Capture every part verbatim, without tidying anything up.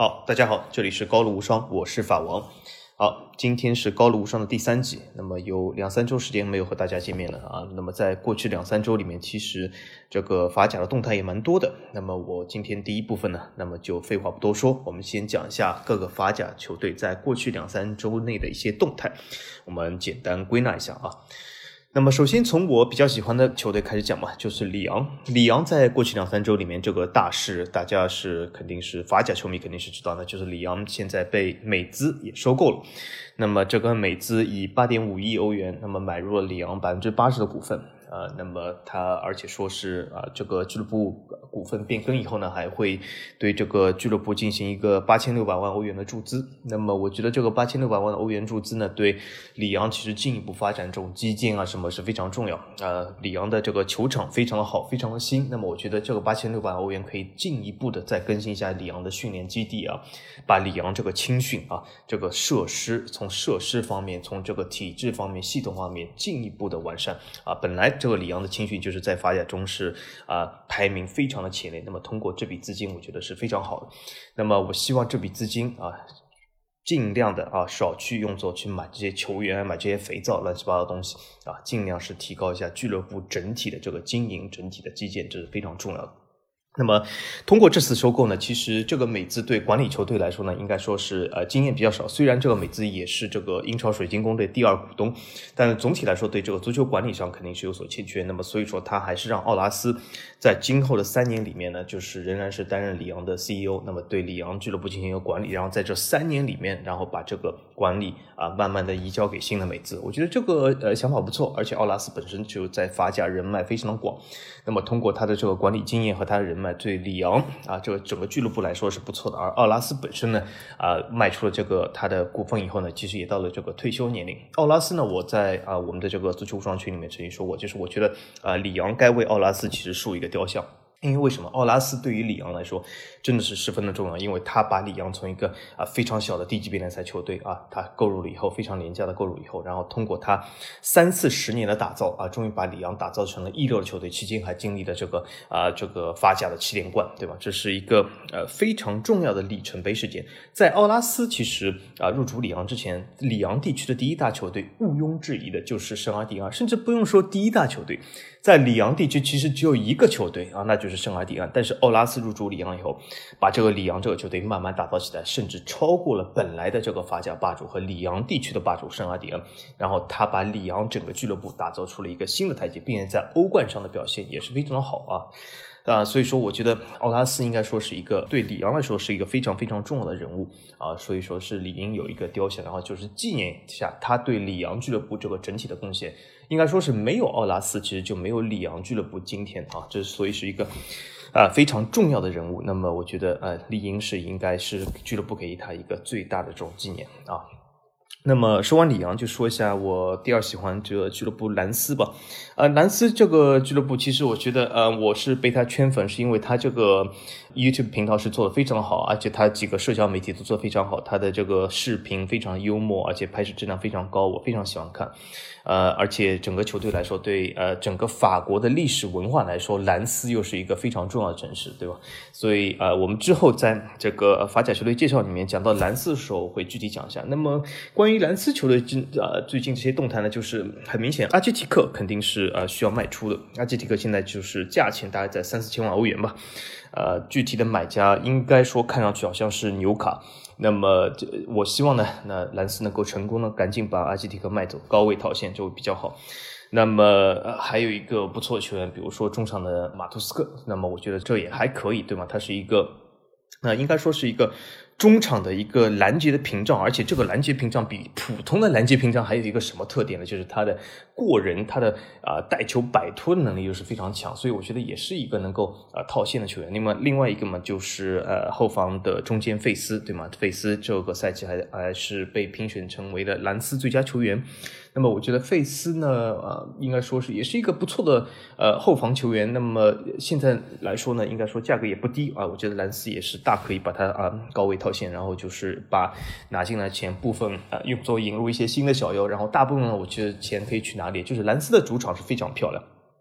好，大家好，这里是高露无双，我是法王。好，今天是高露无双的第三集，那么有两三周时间没有和大家见面了啊。那么在过去两三周里面，其实这个法甲的动态也蛮多的。那么我今天第一部分呢，那么就废话不多说，我们先讲一下各个法甲球队在过去两三周内的一些动态，我们简单归纳一下啊。那么首先从我比较喜欢的球队开始讲嘛，就是里昂。里昂在过去两三周里面这个大事，大家是肯定是法甲球迷肯定是知道的，就是里昂现在被美资也收购了。那么这个美资以 八点五亿欧元，那么买入了里昂 百分之八十 的股份。呃，那么他而且说是啊、呃，这个俱乐部股份变更以后呢，还会对这个俱乐部进行一个八千六百万欧元的注资。那么我觉得这个八千六百万的欧元注资呢，对里昂其实进一步发展这种基建啊什么是非常重要。呃，里昂的这个球场非常的好，非常的新。那么我觉得这个八千六百万欧元可以进一步的再更新一下里昂的训练基地啊，把里昂这个青训啊，这个设施从设施方面，从这个体制方面、系统方面进一步的完善啊。本来这个里昂的青训就是在法甲中是啊排名非常的前列，那么通过这笔资金我觉得是非常好的。那么我希望这笔资金啊尽量的啊少去用作去买这些球员，买这些肥皂乱七八糟的东西啊，尽量是提高一下俱乐部整体的这个经营，整体的基建，这是非常重要的。那么通过这次收购呢，其实这个美资对管理球队来说呢，应该说是呃经验比较少。虽然这个美资也是这个英超水晶宫队第二股东，但是总体来说对这个足球管理上肯定是有所欠缺。那么所以说他还是让奥拉斯在今后的三年里面呢，就是仍然是担任里昂的 C E O， 那么对里昂俱乐部进行一个管理，然后在这三年里面，然后把这个管理啊慢慢的移交给新的美资。我觉得这个呃想法不错，而且奥拉斯本身就在法甲人脉非常的广，那么通过他的这个管理经验和他的人脉，对里昂啊这个整个俱乐部来说是不错的。而奥拉斯本身呢啊卖出了这个他的股份以后呢，其实也到了这个退休年龄。奥拉斯呢，我在啊我们的这个足球无双群里面曾经说过，就是我觉得啊里昂该为奥拉斯其实竖一个雕像。因为为什么奥拉斯对于里昂来说真的是十分的重要，因为他把里昂从一个啊非常小的低级别联赛球队啊，他购入了以后，非常廉价的购入以后，然后通过他三四十年的打造啊，终于把里昂打造成了一流的球队，期间还经历了这个啊这个法甲的七连冠，对吧？这是一个呃非常重要的里程碑事件。在奥拉斯其实啊入主里昂之前，里昂地区的第一大球队毋庸置疑的就是圣阿蒂安，甚至不用说第一大球队，在里昂地区其实只有一个球队啊，那就是圣阿蒂安。但是奥拉斯入主里昂以后，把这个里昂这个球队慢慢打造起来，甚至超过了本来的这个法甲霸主和里昂地区的霸主圣阿蒂安。然后他把里昂整个俱乐部打造出了一个新的台阶，并且在欧冠上的表现也是非常的好啊。啊，所以说我觉得奥拉斯应该说是一个对里昂来说是一个非常非常重要的人物啊，所以说是理应有一个雕像，然后就是纪念一下他对里昂俱乐部这个整体的贡献。应该说是没有奥拉斯，其实就没有里昂俱乐部今天啊，这所以是一个啊、呃、非常重要的人物。那么我觉得呃理应是应该是俱乐部给他一个最大的这种纪念啊。那么说完里昂，就说一下我第二喜欢这个俱乐部兰斯吧。呃，兰斯这个俱乐部，其实我觉得，呃，我是被他圈粉，是因为他这个 YouTube 频道是做得非常好，而且他几个社交媒体都做得非常好，他的这个视频非常幽默，而且拍摄质量非常高，我非常喜欢看。呃，而且整个球队来说，对呃整个法国的历史文化来说，兰斯又是一个非常重要的城市，对吧？所以呃，我们之后在这个法甲球队介绍里面讲到兰斯的时候，会具体讲一下。那么关于兰斯球队呃最近这些动态呢，就是很明显，阿基提克肯定是呃需要卖出的。阿基提克现在就是价钱大概在三四千万欧元吧，呃，具体的买家应该说看上去好像是纽卡。那么我希望呢，那兰斯能够成功呢，赶紧把阿基提克卖走，高位套现就会比较好。那么、呃、还有一个不错的球员，比如说中场的马图斯克，那么我觉得这也还可以，对吗？他是一个那、呃、应该说是一个中场的一个拦截的屏障，而且这个拦截屏障比普通的拦截屏障还有一个什么特点呢？就是他的过人，他的啊、呃、带球摆脱的能力又是非常强，所以我觉得也是一个能够啊、呃、套现的球员。另外另外一个嘛，就是呃后防的中坚费斯，对吗？费斯这个赛季还还是被评选成为了兰斯最佳球员。那么我觉得费斯呢，呃，应该说是也是一个不错的呃后防球员。那么现在来说呢，应该说价格也不低啊。我觉得兰斯也是大可以把它啊、呃、高位套现，然后就是把拿进来钱部分啊、呃、用作引入一些新的小妖，然后大部分呢，我觉得钱可以去哪里？就是兰斯的主场是非常漂亮。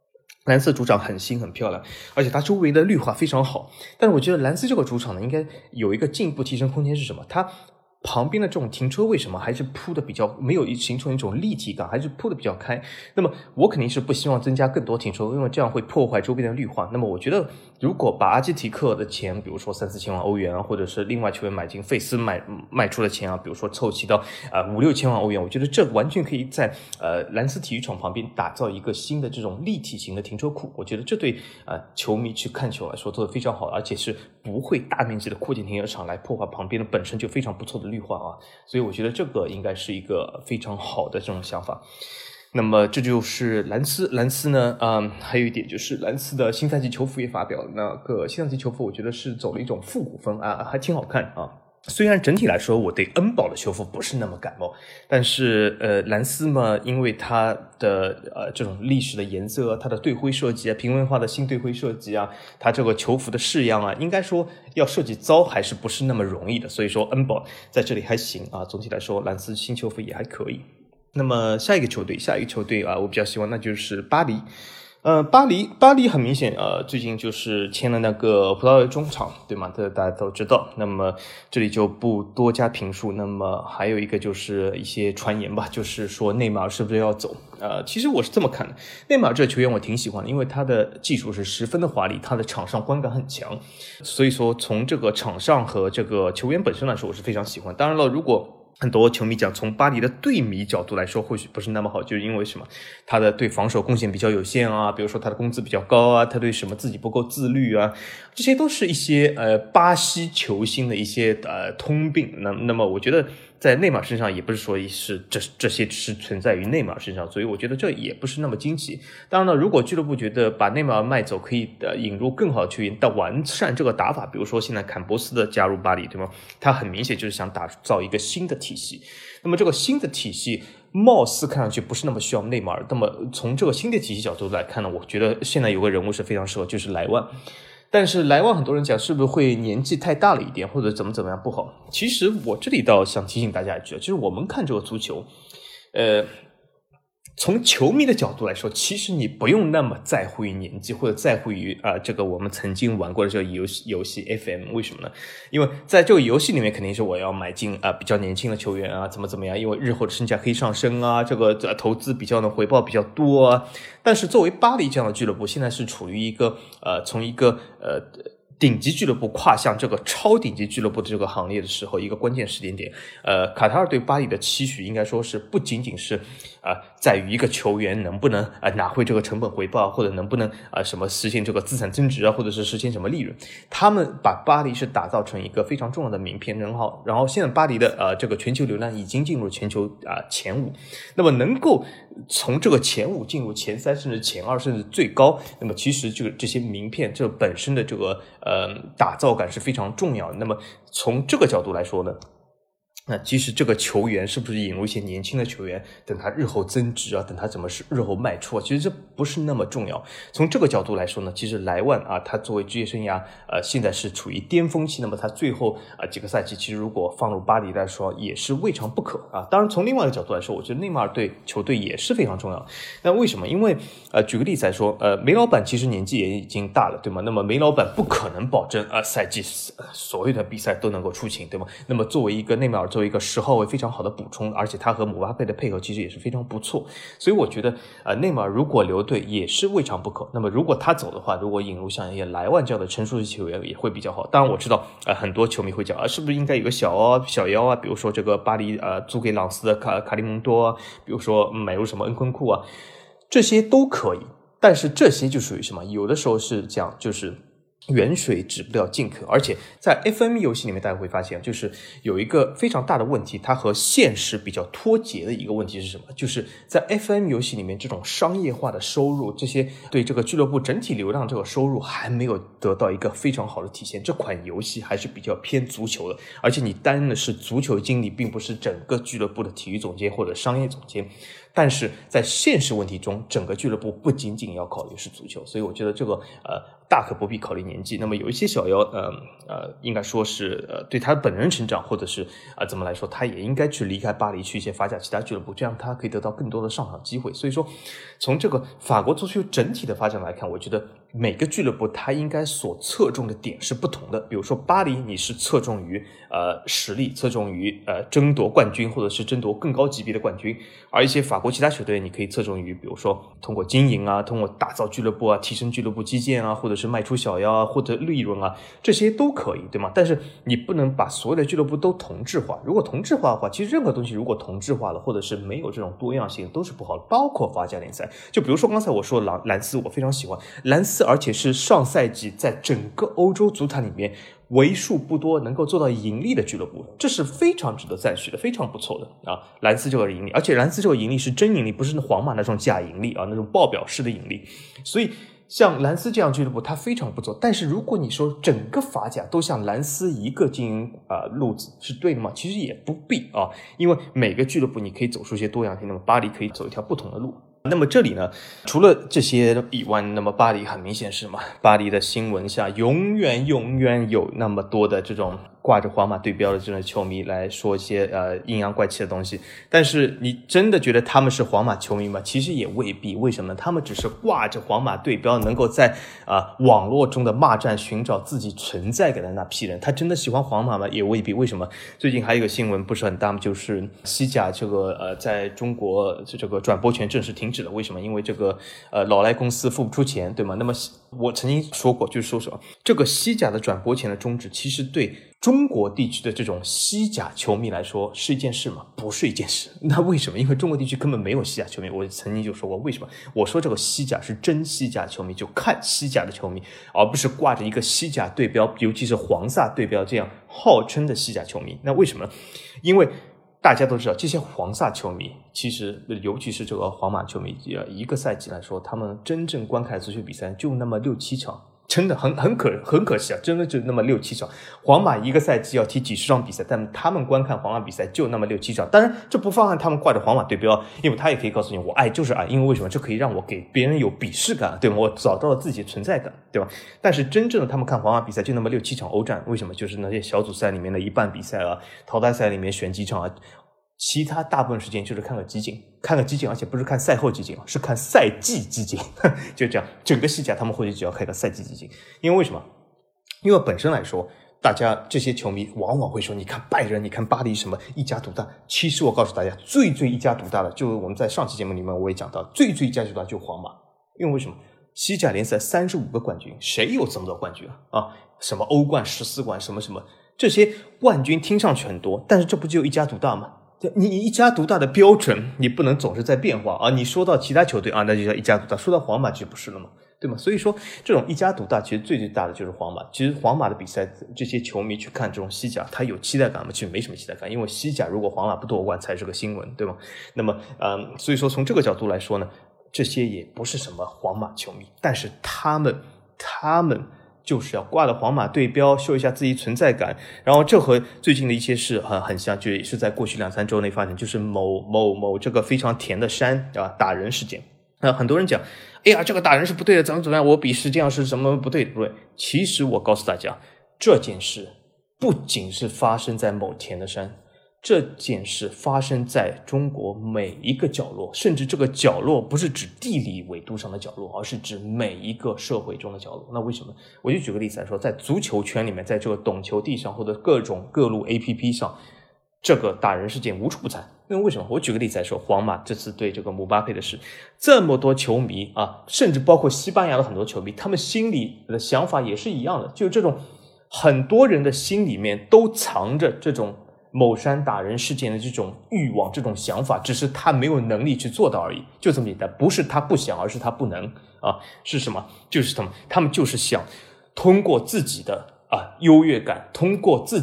兰斯的主场很新很漂亮，而且它周围的绿化非常好。但是我觉得兰斯这个主场呢，应该有一个进一步提升空间是什么？它旁边的这种停车为什么还是铺的比较没有形成一种立体感，还是铺的比较开？那么我肯定是不希望增加更多停车，因为这样会破坏周边的绿化。那么我觉得如果把阿基提克的钱，比如说三四千万欧元啊，或者是另外球员买进费斯买卖出的钱啊，比如说凑齐到呃五六千万欧元，我觉得这完全可以在呃兰斯体育场旁边打造一个新的这种立体型的停车库。我觉得这对呃球迷去看球来说都是非常好的，而且是不会大面积的扩建停车场来破坏旁边的本身就非常不错的绿化啊，所以我觉得这个应该是一个非常好的这种想法。那么这就是兰斯，兰斯呢，嗯，还有一点就是兰斯的新赛季球服也发表了，那个新赛季球服我觉得是走了一种复古风啊，还挺好看啊。虽然整体来说我对恩宝的球服不是那么感冒，但是呃兰斯嘛，因为它的呃这种历史的颜色，它的队徽设计啊，平面化的新队徽设计啊，它这个球服的式样啊，应该说要设计糟还是不是那么容易的，所以说恩宝在这里还行啊，总体来说兰斯新球服也还可以。那么下一个球队，下一个球队啊，我比较喜欢那就是巴黎。呃，巴黎，巴黎很明显，呃，最近就是签了那个葡萄牙中场，对吗？这大家都知道。那么这里就不多加评述。那么还有一个就是一些传言吧，就是说内马尔是不是要走？呃，其实我是这么看的，内马尔这个球员我挺喜欢的，因为他的技术是十分的华丽，他的场上观感很强，所以说从这个场上和这个球员本身来说，我是非常喜欢。当然了，如果很多球迷讲从巴黎的队迷角度来说或许不是那么好，就是因为什么他的对防守贡献比较有限啊，比如说他的工资比较高啊，他对什么自己不够自律啊，这些都是一些呃巴西球星的一些呃通病。那那么我觉得在内马尔身上也不是说是这这些是存在于内马尔身上，所以我觉得这也不是那么惊奇。当然了，如果俱乐部觉得把内马尔卖走可以呃引入更好的球员，但完善这个打法，比如说现在坎波斯的加入巴黎，对吗？他很明显就是想打造一个新的体系。那么这个新的体系貌似看上去不是那么需要内马尔，那么从这个新的体系角度来看呢，我觉得现在有个人物是非常适合，就是莱万。但是莱万很多人讲是不是会年纪太大了一点，或者怎么怎么样不好。其实我这里倒想提醒大家一句，就是我们看这个足球，呃，从球迷的角度来说，其实你不用那么在乎于年纪，或者在乎于啊、呃、这个我们曾经玩过的这个游戏游戏 F M。 为什么呢？因为在这个游戏里面肯定是我要买进啊、呃、比较年轻的球员啊，怎么怎么样，因为日后的身价可以上升啊，这个、呃、投资比较的回报比较多啊。但是作为巴黎这样的俱乐部，现在是处于一个呃从一个呃顶级俱乐部跨向这个超顶级俱乐部的这个行列的时候，一个关键时间点。呃，卡塔尔对巴黎的期许应该说是不仅仅是啊、呃，在于一个球员能不能啊、呃、拿回这个成本回报，或者能不能啊、呃、什么实现这个资产增值啊，或者是实现什么利润。他们把巴黎是打造成一个非常重要的名片，然后然后现在巴黎的呃这个全球流量已经进入全球啊、呃、前五，那么能够从这个前五进入前三，甚至前二，甚至最高，那么其实这个这些名片这本身的这个呃打造感是非常重要的。那么从这个角度来说呢，那其实这个球员是不是引入一些年轻的球员，等他日后增值啊，等他怎么是日后卖出啊，其实这不是那么重要。从这个角度来说呢，其实莱万啊，他作为职业生涯呃现在是处于巅峰期，那么他最后啊几个赛季其实如果放入巴黎来说也是未尝不可啊。当然从另外一个角度来说，我觉得内马尔对球队也是非常重要。那为什么？因为呃举个例子来说，呃梅老板其实年纪也已经大了，对吗？那么梅老板不可能保证啊赛季所有的比赛都能够出勤，对吗？那么作为一个内马尔作为一个十号位非常好的补充，而且他和姆巴佩的配合其实也是非常不错，所以我觉得呃内马尔如果留队也是未尝不可。那么如果他走的话，如果引入像一些莱万这样的成熟的球员也会比较好。当然我知道呃很多球迷会讲啊，是不是应该有个小啊小妖啊，比如说这个巴黎呃租给朗斯的卡卡利蒙多啊，比如说买入什么恩昆库啊，这些都可以。但是这些就属于什么？有的时候是讲就是远水止不了近渴，而且在 F M 游戏里面，大家会发现，就是有一个非常大的问题，它和现实比较脱节的一个问题是什么？就是在 F M 游戏里面，这种商业化的收入，这些对这个俱乐部整体流量这个收入还没有得到一个非常好的体现。这款游戏还是比较偏足球的，而且你担任的是足球经理，并不是整个俱乐部的体育总监或者商业总监。但是在现实问题中，整个俱乐部不仅仅要考虑是足球，所以我觉得这个呃大可不必考虑年纪。那么有一些小妖，呃呃，应该说是呃对他本人成长，或者是啊、呃、怎么来说，他也应该去离开巴黎，去一些法甲其他俱乐部，这样他可以得到更多的上场机会。所以说，从这个法国足球整体的发展来看，我觉得每个俱乐部他应该所侧重的点是不同的。比如说巴黎，你是侧重于呃实力，侧重于呃争夺冠军，或者是争夺更高级别的冠军；而一些法国其他球队，你可以侧重于比如说通过经营啊，通过打造俱乐部啊，提升俱乐部基建啊，或者是卖出小妖啊，或者利润啊，这些都可以，对吗？但是你不能把所有的俱乐部都同质化。如果同质化的话，其实任何东西如果同质化了，或者是没有这种多样性，都是不好的。包括法甲联赛，就比如说刚才我说的兰斯，我非常喜欢兰斯，而且是上赛季在整个欧洲足坛里面为数不多能够做到盈利的俱乐部，这是非常值得赞许的，非常不错的啊！兰斯这个盈利，而且兰斯这个盈利是真盈利，不是皇马那种假盈利啊，那种报表式的盈利。所以像兰斯这样俱乐部，它非常不错。但是如果你说整个法甲都像兰斯一个经营啊、呃、路子是对的吗？其实也不必啊，因为每个俱乐部你可以走出一些多样性。那么巴黎可以走一条不同的路。那么这里呢，除了这些以外，那么巴黎很明显是嘛，巴黎的新闻下永远永远有那么多的这种挂着皇马对标的这种球迷来说一些呃阴阳怪气的东西。但是你真的觉得他们是皇马球迷吗？其实也未必。为什么？他们只是挂着皇马对标，能够在啊、呃、网络中的骂战寻找自己存在感的那批人。他真的喜欢皇马吗？也未必。为什么？最近还有一个新闻不是很大吗？就是西甲这个呃在中国这个转播权正式停止了。为什么？因为这个呃老赖公司付不出钱，对吗？那么我曾经说过，就是说什么这个西甲的转播权的终止，其实对中国地区的这种西甲球迷来说是一件事吗？不是一件事。那为什么？因为中国地区根本没有西甲球迷。我曾经就说过，为什么？我说这个西甲是真西甲球迷，就看西甲的球迷，而不是挂着一个西甲对标，尤其是黄萨对标这样号称的西甲球迷。那为什么呢？因为大家都知道，这些黄萨球迷其实尤其是这个皇马球迷，一个赛季来说，他们真正观看足球比赛就那么六七场，真的很很可很可惜啊，真的就那么六七场。皇马一个赛季要踢几十场比赛，但他们观看皇马比赛就那么六七场。当然这不包含他们挂着皇马对标，因为他也可以告诉你，我爱就是爱，因为为什么？这可以让我给别人有鄙视感，对吗？我找到了自己的存在感，对吧？但是真正的他们看皇马比赛就那么六七场欧战，为什么？就是那些小组赛里面的一半比赛啊，淘汰赛里面选几场啊，其他大部分时间就是看个集锦，看个集锦，而且不是看赛后集锦，是看赛季集锦。就这样，整个西甲他们或许只要开个赛季集锦。因为为什么？因为本身来说，大家这些球迷往往会说，你看拜仁，你看巴黎什么一家独大。其实我告诉大家，最最一家独大的，就我们在上期节目里面我也讲到，最最一家独大就是皇马。因为为什么？西甲联赛三十五个冠军，谁有这么多冠军啊？啊，什么欧冠十四冠，什么什么，这些冠军听上去很多，但是这不就一家独大吗？你一家独大的标准，你不能总是在变化啊！你说到其他球队啊，那就叫一家独大；说到皇马就不是了嘛，对吗？所以说，这种一家独大，其实最最大的就是皇马。其实皇马的比赛，这些球迷去看这种西甲，他有期待感吗？其实没什么期待感，因为西甲如果皇马不夺冠才是个新闻，对吗？那么，嗯，所以说从这个角度来说呢，这些也不是什么皇马球迷，但是他们，他们。就是要挂了皇马对标，秀一下自己存在感。然后这和最近的一些事很很像，就也是在过去两三周内发生，就是某某某这个非常甜的山啊打人事件。那很多人讲，哎呀，这个打人是不对的，怎么怎么样，我鄙视这样是什么不对不对？其实我告诉大家，这件事不仅是发生在某甜的山。这件事发生在中国每一个角落，甚至这个角落不是指地理纬度上的角落，而是指每一个社会中的角落。那为什么？我就举个例子来说，在足球圈里面，在这个懂球帝上或者各种各路 A P P 上，这个打人事件无处不在。那为什么？我举个例子来说，皇马这次对这个姆巴佩的事，这么多球迷啊，甚至包括西班牙的很多球迷，他们心里的想法也是一样的，就是这种很多人的心里面都藏着这种某山打人事件的这种欲望，这种想法，只是他没有能力去做到而已，就这么简单。不是他不想，而是他不能啊！是什么？就是他们，他们就是想通过自己的啊优越感，通过自己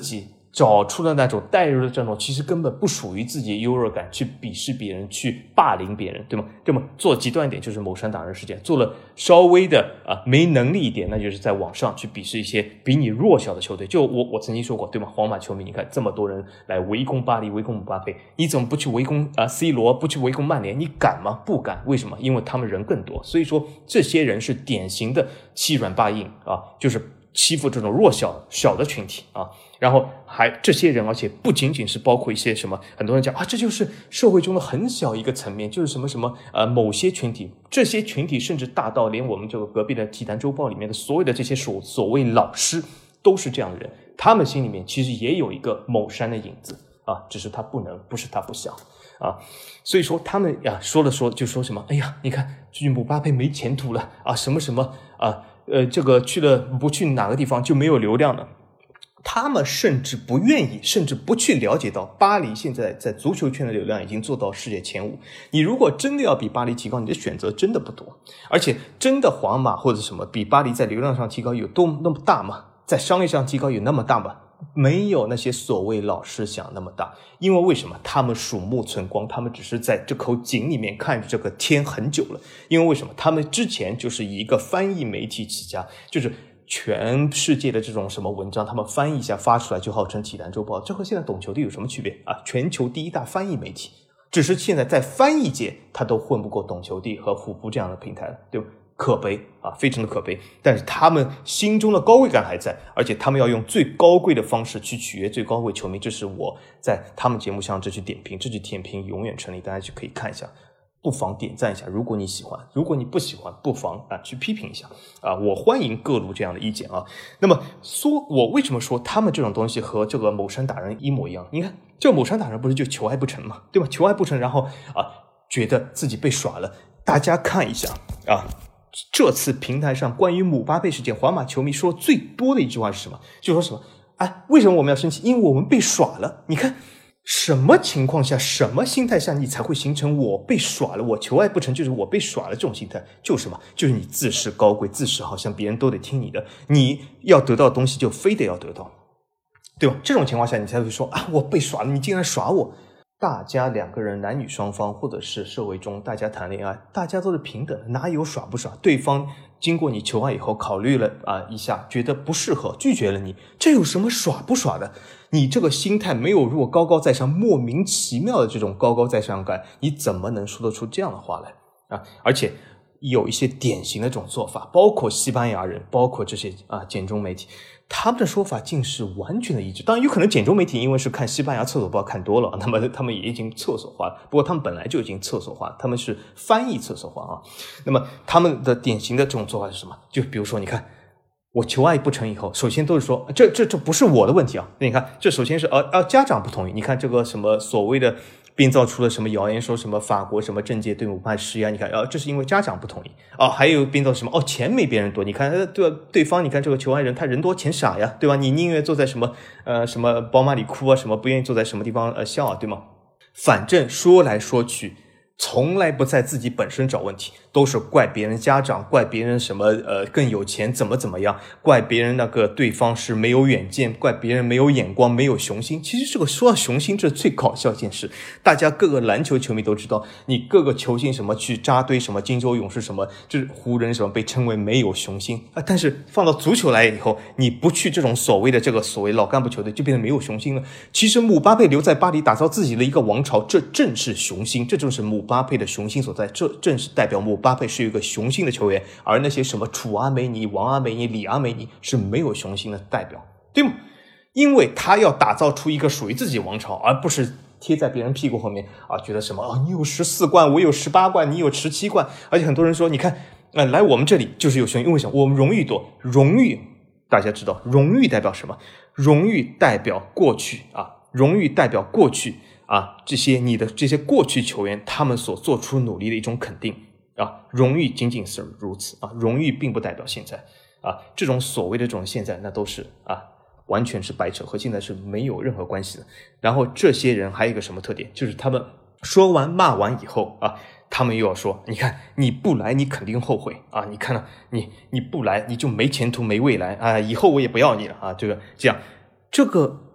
找出了那种带入的这种其实根本不属于自己的优越感，去鄙视别人，去霸凌别人，对吗？对吗？做极端一点就是某山打人事件，做了稍微的啊没能力一点，那就是在网上去鄙视一些比你弱小的球队。就我我曾经说过，对吗？皇马球迷，你看这么多人来围攻巴黎，围攻姆巴佩，你怎么不去围攻啊 C 罗，不去围攻曼联？你敢吗？不敢。为什么？因为他们人更多。所以说这些人是典型的欺软霸硬啊，就是欺负这种弱小小的群体啊。然后还这些人，而且不仅仅是包括一些什么，很多人讲啊，这就是社会中的很小一个层面，就是什么什么呃某些群体，这些群体甚至大到连我们这个隔壁的体坛周报里面的所有的这些所所谓老师都是这样的人，他们心里面其实也有一个某山的影子啊，只是他不能，不是他不想啊。所以说他们呀说了说就说什么，哎呀，你看最近姆巴佩没前途了啊，什么什么啊，呃，这个去了不去哪个地方就没有流量了。他们甚至不愿意，甚至不去了解到巴黎现在在足球圈的流量已经做到世界前五。你如果真的要比巴黎提高，你的选择真的不多。而且真的皇马或者什么比巴黎在流量上提高有多那么大吗？在商业上提高有那么大吗？没有那些所谓老师想那么大。因为为什么？他们鼠目寸光，他们只是在这口井里面看着这个天很久了。因为为什么？他们之前就是以一个翻译媒体起家，就是全世界的这种什么文章，他们翻译一下发出来就号称体坛周报，这和现在懂球帝有什么区别啊？全球第一大翻译媒体，只是现在在翻译界他都混不过懂球帝和虎扑这样的平台了，对吧？可悲啊，非常的可悲。但是他们心中的高贵感还在，而且他们要用最高贵的方式去取悦最高贵球迷，这是我在他们节目上这去点评，这去点评永远成立，大家就可以看一下。不妨点赞一下，如果你喜欢，如果你不喜欢，不妨啊去批评一下啊，我欢迎各路这样的意见啊。那么说，我为什么说他们这种东西和这个某山打人一模一样？你看，这某山打人不是就求爱不成嘛，对吧？求爱不成，然后啊觉得自己被耍了。大家看一下啊，这次平台上关于姆巴佩事件，皇马球迷说最多的一句话是什么？就说什么？哎，为什么我们要生气？因为我们被耍了。你看。什么情况下，什么心态下你才会形成我被耍了，我求爱不成，就是我被耍了这种心态？就是什么？就是你自视高贵，自视好像别人都得听你的，你要得到的东西就非得要得到，对吧？这种情况下你才会说啊，我被耍了，你竟然耍我。大家两个人男女双方或者是社会中大家谈恋爱，大家都是平等的，哪有耍不耍？对方经过你求爱以后考虑了啊一下，觉得不适合，拒绝了你，这有什么耍不耍的？你这个心态没有若高高在上，莫名其妙的这种高高在上感，你怎么能说得出这样的话来啊？而且有一些典型的这种做法，包括西班牙人，包括这些啊简中媒体，他们的说法竟是完全的一致。当然有可能简中媒体因为是看西班牙厕所报看多了，那么他们也已经厕所化了，不过他们本来就已经厕所化，他们是翻译厕所化啊。那么他们的典型的这种做法是什么？就比如说你看我求爱不成以后，首先都是说这这这不是我的问题啊。你看这首先是呃呃家长不同意，你看这个什么所谓的编造出了什么谣言，说什么法国什么政界对姆巴佩施压，你看啊，这是因为家长不同意啊。还有编造什么哦，钱没别人多，你看对对方，你看这个求爱人他人多钱少呀，对吧？你宁愿坐在什么呃什么宝马里哭啊，什么不愿意坐在什么地方呃笑啊，对吗？反正说来说去，从来不在自己本身找问题，都是怪别人家长，怪别人什么呃更有钱怎么怎么样，怪别人那个对方是没有远见，怪别人没有眼光，没有雄心。其实这个说到雄心，这是最搞笑一件事。大家各个篮球球迷都知道，你各个球星什么去扎堆什么金州勇士什么，就是湖人什么被称为没有雄心啊。但是放到足球来以后，你不去这种所谓的这个所谓老干部球队，就变得没有雄心了。其实姆巴佩留在巴黎打造自己的一个王朝，这正是雄心，这就是姆巴佩的雄心所在，这正是代表姆巴佩是一个雄心的球员，而那些什么楚阿梅尼、王阿梅尼、李阿梅尼是没有雄心的代表，对吗？因为他要打造出一个属于自己王朝，而不是贴在别人屁股后面啊，觉得什么啊，你有十四冠，我有十八冠，你有十七冠，而且很多人说，你看，呃，来我们这里就是有雄心，因为什么？我们荣誉多，荣誉大家知道，荣誉代表什么？荣誉代表过去啊，荣誉代表过去。啊，这些你的这些过去球员，他们所做出努力的一种肯定啊，荣誉仅仅是如此啊，荣誉并不代表现在啊，这种所谓的这种现在，那都是啊，完全是白扯，和现在是没有任何关系的。然后这些人还有一个什么特点，就是他们说完骂完以后啊，他们又要说，你看你不来，你肯定后悔啊，你看到你你不来，你就没前途没未来啊，以后我也不要你了啊，这个这样，这个。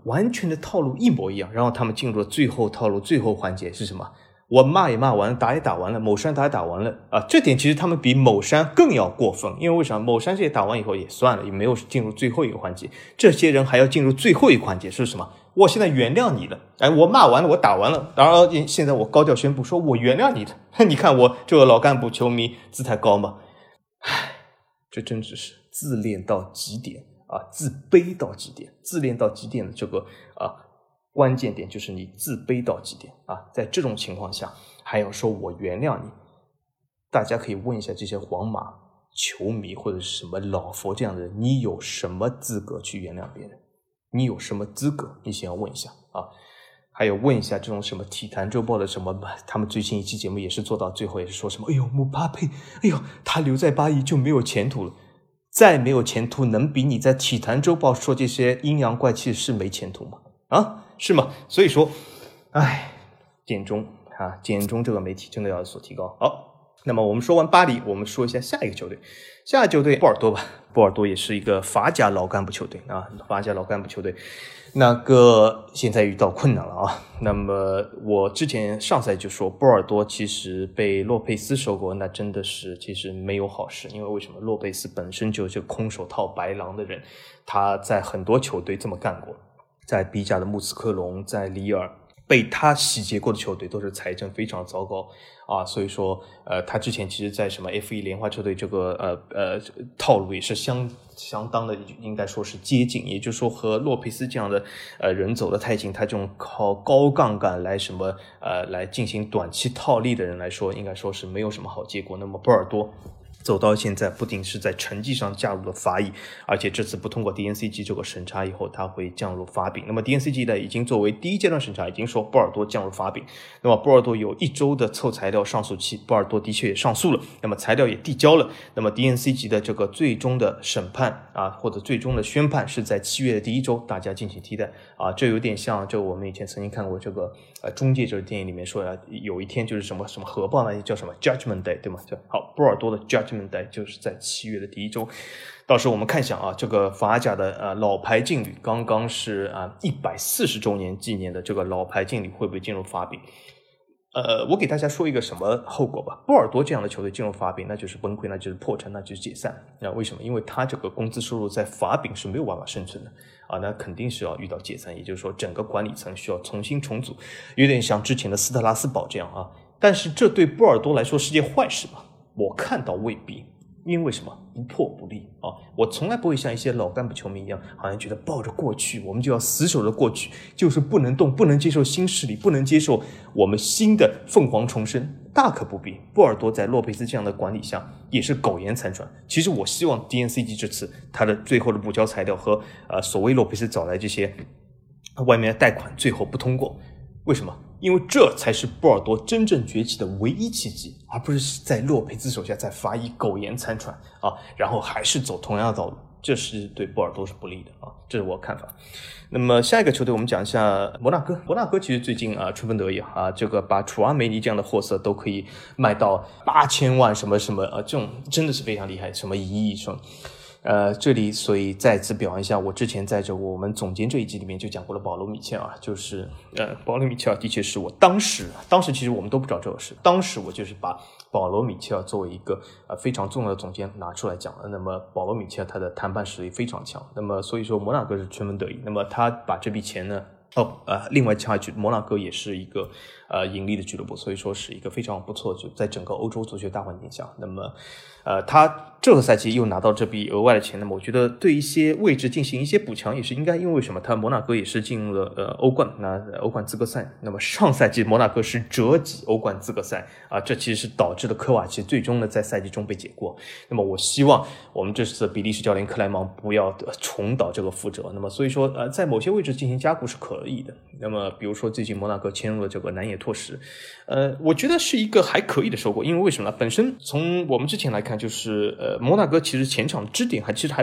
完全的套路一模一样，然后他们进入了最后套路最后环节是什么？我骂也骂完了，打也打完了，某山打也打完了啊！这点其实他们比某山更要过分，因为为啥？某山这些打完以后也算了，也没有进入最后一个环节，这些人还要进入最后一个环节是什么？我现在原谅你了，哎，我骂完了，我打完了，然后现在我高调宣布说我原谅你了，你看我这个老干部球迷姿态高吗？唉，这真只是自恋到极点啊，自卑到极点，自恋到极点的这个啊。关键点就是你自卑到极点啊！在这种情况下还要说我原谅你，大家可以问一下这些皇马球迷或者是什么老佛这样的人，你有什么资格去原谅别人？你有什么资格？你先要问一下啊！还有问一下这种什么体坛周报的什么，他们最新一期节目也是做到最后也是说什么，哎呦姆巴佩，哎呦他留在巴黎就没有前途了，再没有前途能比你在体坛周报说这些阴阳怪气的事没前途吗？啊？是吗？所以说，哎，建中啊，建中这个媒体真的要有所提高。好，那么我们说完巴黎，我们说一下下一个球队，下一个球队波尔多吧。波尔多也是一个法甲老干部球队啊，法甲老干部球队，那个现在遇到困难了啊。那么我之前上赛季就说，波尔多其实被洛佩斯收购，那真的是其实没有好事，因为为什么？洛佩斯本身就是空手套白狼的人，他在很多球队这么干过。在比甲的穆斯科隆，在里尔被他洗劫过的球队都是财政非常糟糕啊，所以说呃，他之前其实在什么 F 一 莲花球队这个呃呃套路也是相相当的，应该说是接近，也就是说和洛佩斯这样的呃人走得太近，他这种靠高杠杆来什么呃来进行短期套利的人来说，应该说是没有什么好结果。那么波尔多走到现在，不仅是在成绩上加入了法乙，而且这次不通过 D N C G 这个审查以后，它会降入法丙。那么 D N C G 呢，已经作为第一阶段审查，已经说波尔多降入法丙。那么波尔多有一周的凑材料上诉期，波尔多的确也上诉了，那么材料也递交了。那么 D N C G 的这个最终的审判啊，或者最终的宣判是在七月的第一周，大家敬请期待啊。这有点像就我们以前曾经看过这个呃中介这个电影里面说的，有一天就是什么什么核爆呢，叫什么 Judgment Day 对吗？就好，波尔多的 Judgment Day 就是在七月的第一周，到时候我们看一下啊，这个法甲的呃老牌劲旅刚刚是啊一百四十周年纪念的这个老牌劲旅会不会进入法丙？呃，我给大家说一个什么后果吧。波尔多这样的球队进入法丙，那就是崩溃，那就是破产，那就是解散。那为什么？因为他这个工资收入在法丙是没有办法生存的啊，那肯定是要遇到解散，也就是说整个管理层需要重新重组，有点像之前的斯特拉斯堡这样啊。但是这对波尔多来说是件坏事吗？我看到未必，因为什么？不破不立啊！我从来不会像一些老干部球迷一样，好像觉得抱着过去，我们就要死守着过去，就是不能动，不能接受新势力，不能接受我们新的凤凰重生。大可不必，波尔多在洛佩斯这样的管理下也是苟延残喘。其实我希望 D N C G 这次他的最后的补交材料和呃所谓洛佩斯找来这些外面的贷款最后不通过，为什么？因为这才是波尔多真正崛起的唯一契机，而不是在洛佩兹手下在法乙苟延残喘啊，然后还是走同样的道路，这是对波尔多是不利的啊，这是我看法。那么下一个球队我们讲一下摩纳哥，摩纳哥其实最近啊春风得意啊，这个把楚阿梅尼这样的货色都可以卖到八千万什么什么啊，这种真的是非常厉害，什么一亿什么。呃，这里所以再次表扬一下，我之前在这我们总监这一集里面就讲过了保罗米切尔，就是呃，保罗米切尔的确是我当时，当时其实我们都不知道这个事，当时我就是把保罗米切尔作为一个呃非常重要的总监拿出来讲了。那么保罗米切尔他的谈判实力非常强，那么所以说摩纳哥是春风得意，那么他把这笔钱呢。哦，呃，另外插一句，摩纳哥也是一个呃盈利的俱乐部，所以说是一个非常不错的，就在整个欧洲足球大环境下，那么呃，他这个赛季又拿到这笔额外的钱，那么我觉得对一些位置进行一些补强也是应该，因为什么？他摩纳哥也是进入了呃欧冠，那欧冠资格赛，那么上赛季摩纳哥是折戟欧冠资格赛啊，这其实是导致了科瓦奇最终呢在赛季中被解雇。那么我希望我们这次比利时教练克莱芒不要重蹈这个覆辙。那么所以说呃，在某些位置进行加固是可以的。那么比如说最近摩纳哥签入了这个南野拓实，呃，我觉得是一个还可以的收购，因为为什么呢？本身从我们之前来看，就是呃摩纳哥其实前场支点还其实还不少，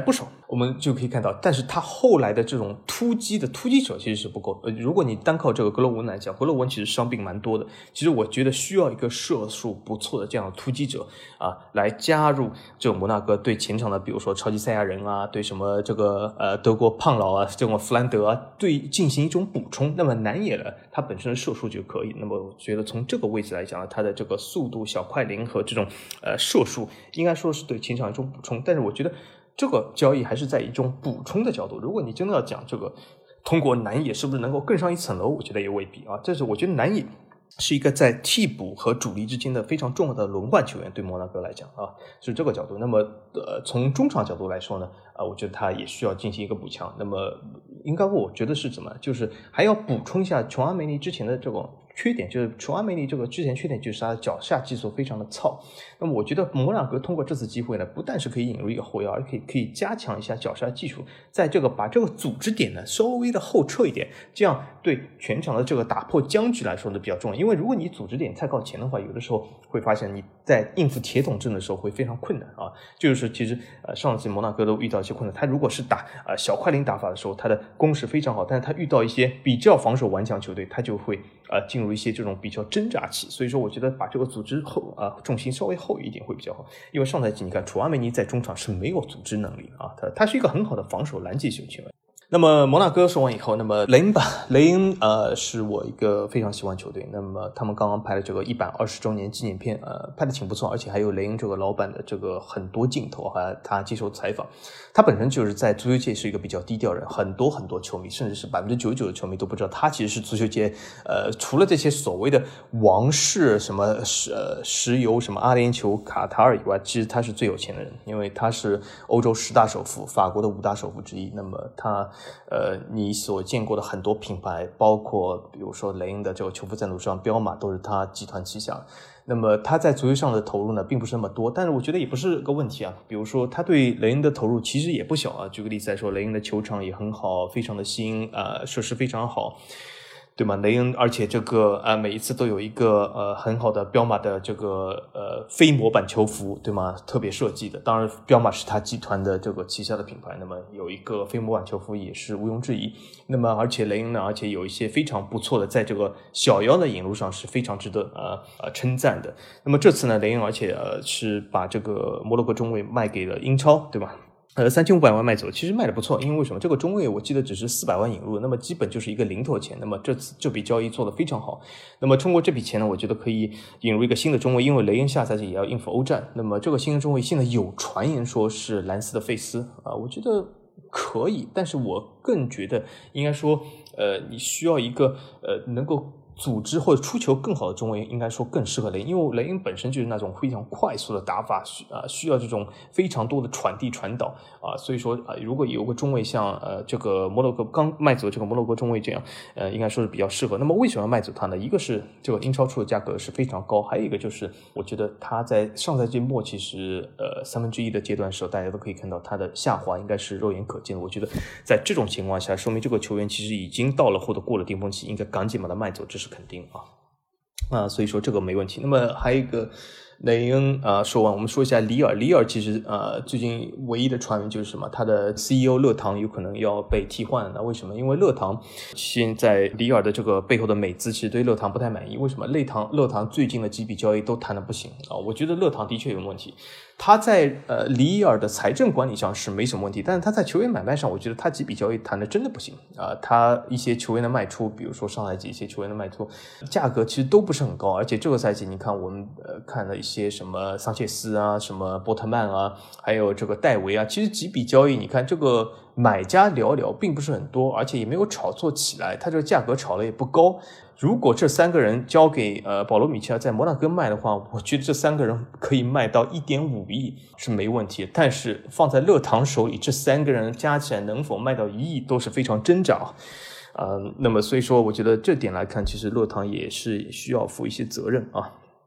我们就可以看到，但是他后来的这种突击的突击者其实是不够。呃，如果你单靠这个格罗文来讲，格罗文其实伤病蛮多的。其实我觉得需要一个射术不错的这样的突击者啊，来加入这种摩纳哥对前场的，比如说超级赛亚人啊，对什么这个呃德国胖老啊，这种弗兰德啊，对进行一种补充。那么南野呢，他本身的射术就可以。那么我觉得从这个位置来讲呢，他的这个速度、小快灵和这种呃射术，应该说是对前场一种补充。但是我觉得这个交易还是在一种补充的角度，如果你真的要讲这个通过南野是不是能够更上一层楼，我觉得也未必啊。这是我觉得南野是一个在替补和主力之间的非常重要的轮换球员，对摩纳哥来讲啊，是这个角度。那么呃，从中场角度来说呢，啊、呃，我觉得他也需要进行一个补强。那么应该我觉得是怎么，就是还要补充一下琼阿梅尼之前的这种缺点，就是琼阿梅尼这个之前缺点就是他的脚下技术非常的糙。那么我觉得摩纳哥通过这次机会呢，不但是可以引入一个后腰，而可以可以加强一下脚下技术，在这个把这个组织点呢稍微的后撤一点，这样对全场的这个打破僵局来说呢比较重要。因为如果你组织点太靠前的话，有的时候会发现你在应付铁桶阵的时候会非常困难啊。就是其实呃上次摩纳哥都遇到一些困难，他如果是打呃小快灵打法的时候，他的攻势非常好，但是他遇到一些比较防守顽强球队，他就会呃进入一些这种比较挣扎期。所以说我觉得把这个组织后啊、呃、重心稍微后一点会比较好。因为上赛季你看楚阿梅尼在中场是没有组织能力啊，他他是一个很好的防守拦截球员。那么摩纳哥说完以后，那么雷恩吧，雷恩呃是我一个非常喜欢球队。那么他们刚刚拍了这个一百二十周年纪念片，呃，拍的挺不错，而且还有雷恩这个老板的这个很多镜头，还有他接受采访。他本身就是在足球界是一个比较低调人，很多很多球迷，甚至是百分之九十九的球迷都不知道他其实是足球界呃除了这些所谓的王室什么石呃石油什么阿联酋、卡塔尔以外，其实他是最有钱的人，因为他是欧洲十大首富，法国的五大首富之一。那么他呃，你所见过的很多品牌，包括比如说雷恩的这个球服赞助商彪马，都是他集团旗下。那么他在足球上的投入呢，并不是那么多，但是我觉得也不是个问题啊。比如说他对雷恩的投入其实也不小啊。举个例子来说，雷恩的球场也很好，非常的新，呃，设施非常好。对吗？雷恩，而且这个呃每一次都有一个呃很好的彪马的这个呃非模板球服，对吗？特别设计的。当然，彪马是他集团的这个旗下的品牌，那么有一个非模板球服也是毋庸置疑。那么而且雷恩呢，而且有一些非常不错的，在这个小腰的引入上是非常值得呃呃称赞的。那么这次呢，雷恩而且呃是把这个摩洛哥中卫卖给了英超，对吧？呃，三千五百万卖走，其实卖的不错，因为为什么？这个中卫我记得只是四百万引入，那么基本就是一个零头钱。那么这次这笔交易做得非常好。那么通过这笔钱呢，我觉得可以引入一个新的中卫，因为雷恩下赛季也要应付欧战。那么这个新的中卫现在有传言说是兰斯的费斯啊，我觉得可以，但是我更觉得应该说，呃，你需要一个呃能够组织或者出球更好的中卫，应该说更适合雷恩，因为雷恩本身就是那种非常快速的打法，需啊需要这种非常多的传递传导啊，所以说啊，如果有个中卫像呃这个摩洛哥刚卖走这个摩洛哥中卫这样，呃应该说是比较适合。那么为什么要卖走他呢？一个是这个英超出的价格是非常高，还有一个就是我觉得他在上赛季末其实呃三分之一的阶段的时候，大家都可以看到他的下滑应该是肉眼可见的。我觉得在这种情况下，说明这个球员其实已经到了或者过了巅峰期，应该赶紧把他卖走，这是肯定啊。啊，所以说这个没问题。那么还有一个雷恩啊、呃，说完我们说一下里尔。里尔其实呃最近唯一的传闻就是什么，他的 C E O 勒唐有可能要被替换了。那为什么？因为勒唐现在里尔的这个背后的美资其实对勒唐不太满意。为什么？勒唐勒唐最近的几笔交易都谈得不行啊，我觉得勒唐的确有问题。他在呃里尔的财政管理上是没什么问题，但是他在球员买卖上，我觉得他几笔交易谈的真的不行啊、呃。他一些球员的卖出，比如说上赛季一些球员的卖出，价格其实都不是很高，而且这个赛季你看我们呃看了一些什么桑切斯啊，什么波特曼啊，还有这个戴维啊，其实几笔交易你看这个买家寥寥，并不是很多，而且也没有炒作起来，他这个价格炒了也不高。如果这三个人交给呃保罗米切尔在摩纳哥卖的话，我觉得这三个人可以卖到 一点五亿是没问题的。但是放在勒唐手里，这三个人加起来能否卖到一亿都是非常挣扎。呃，那么所以说，我觉得这点来看，其实勒唐也是需要负一些责任啊。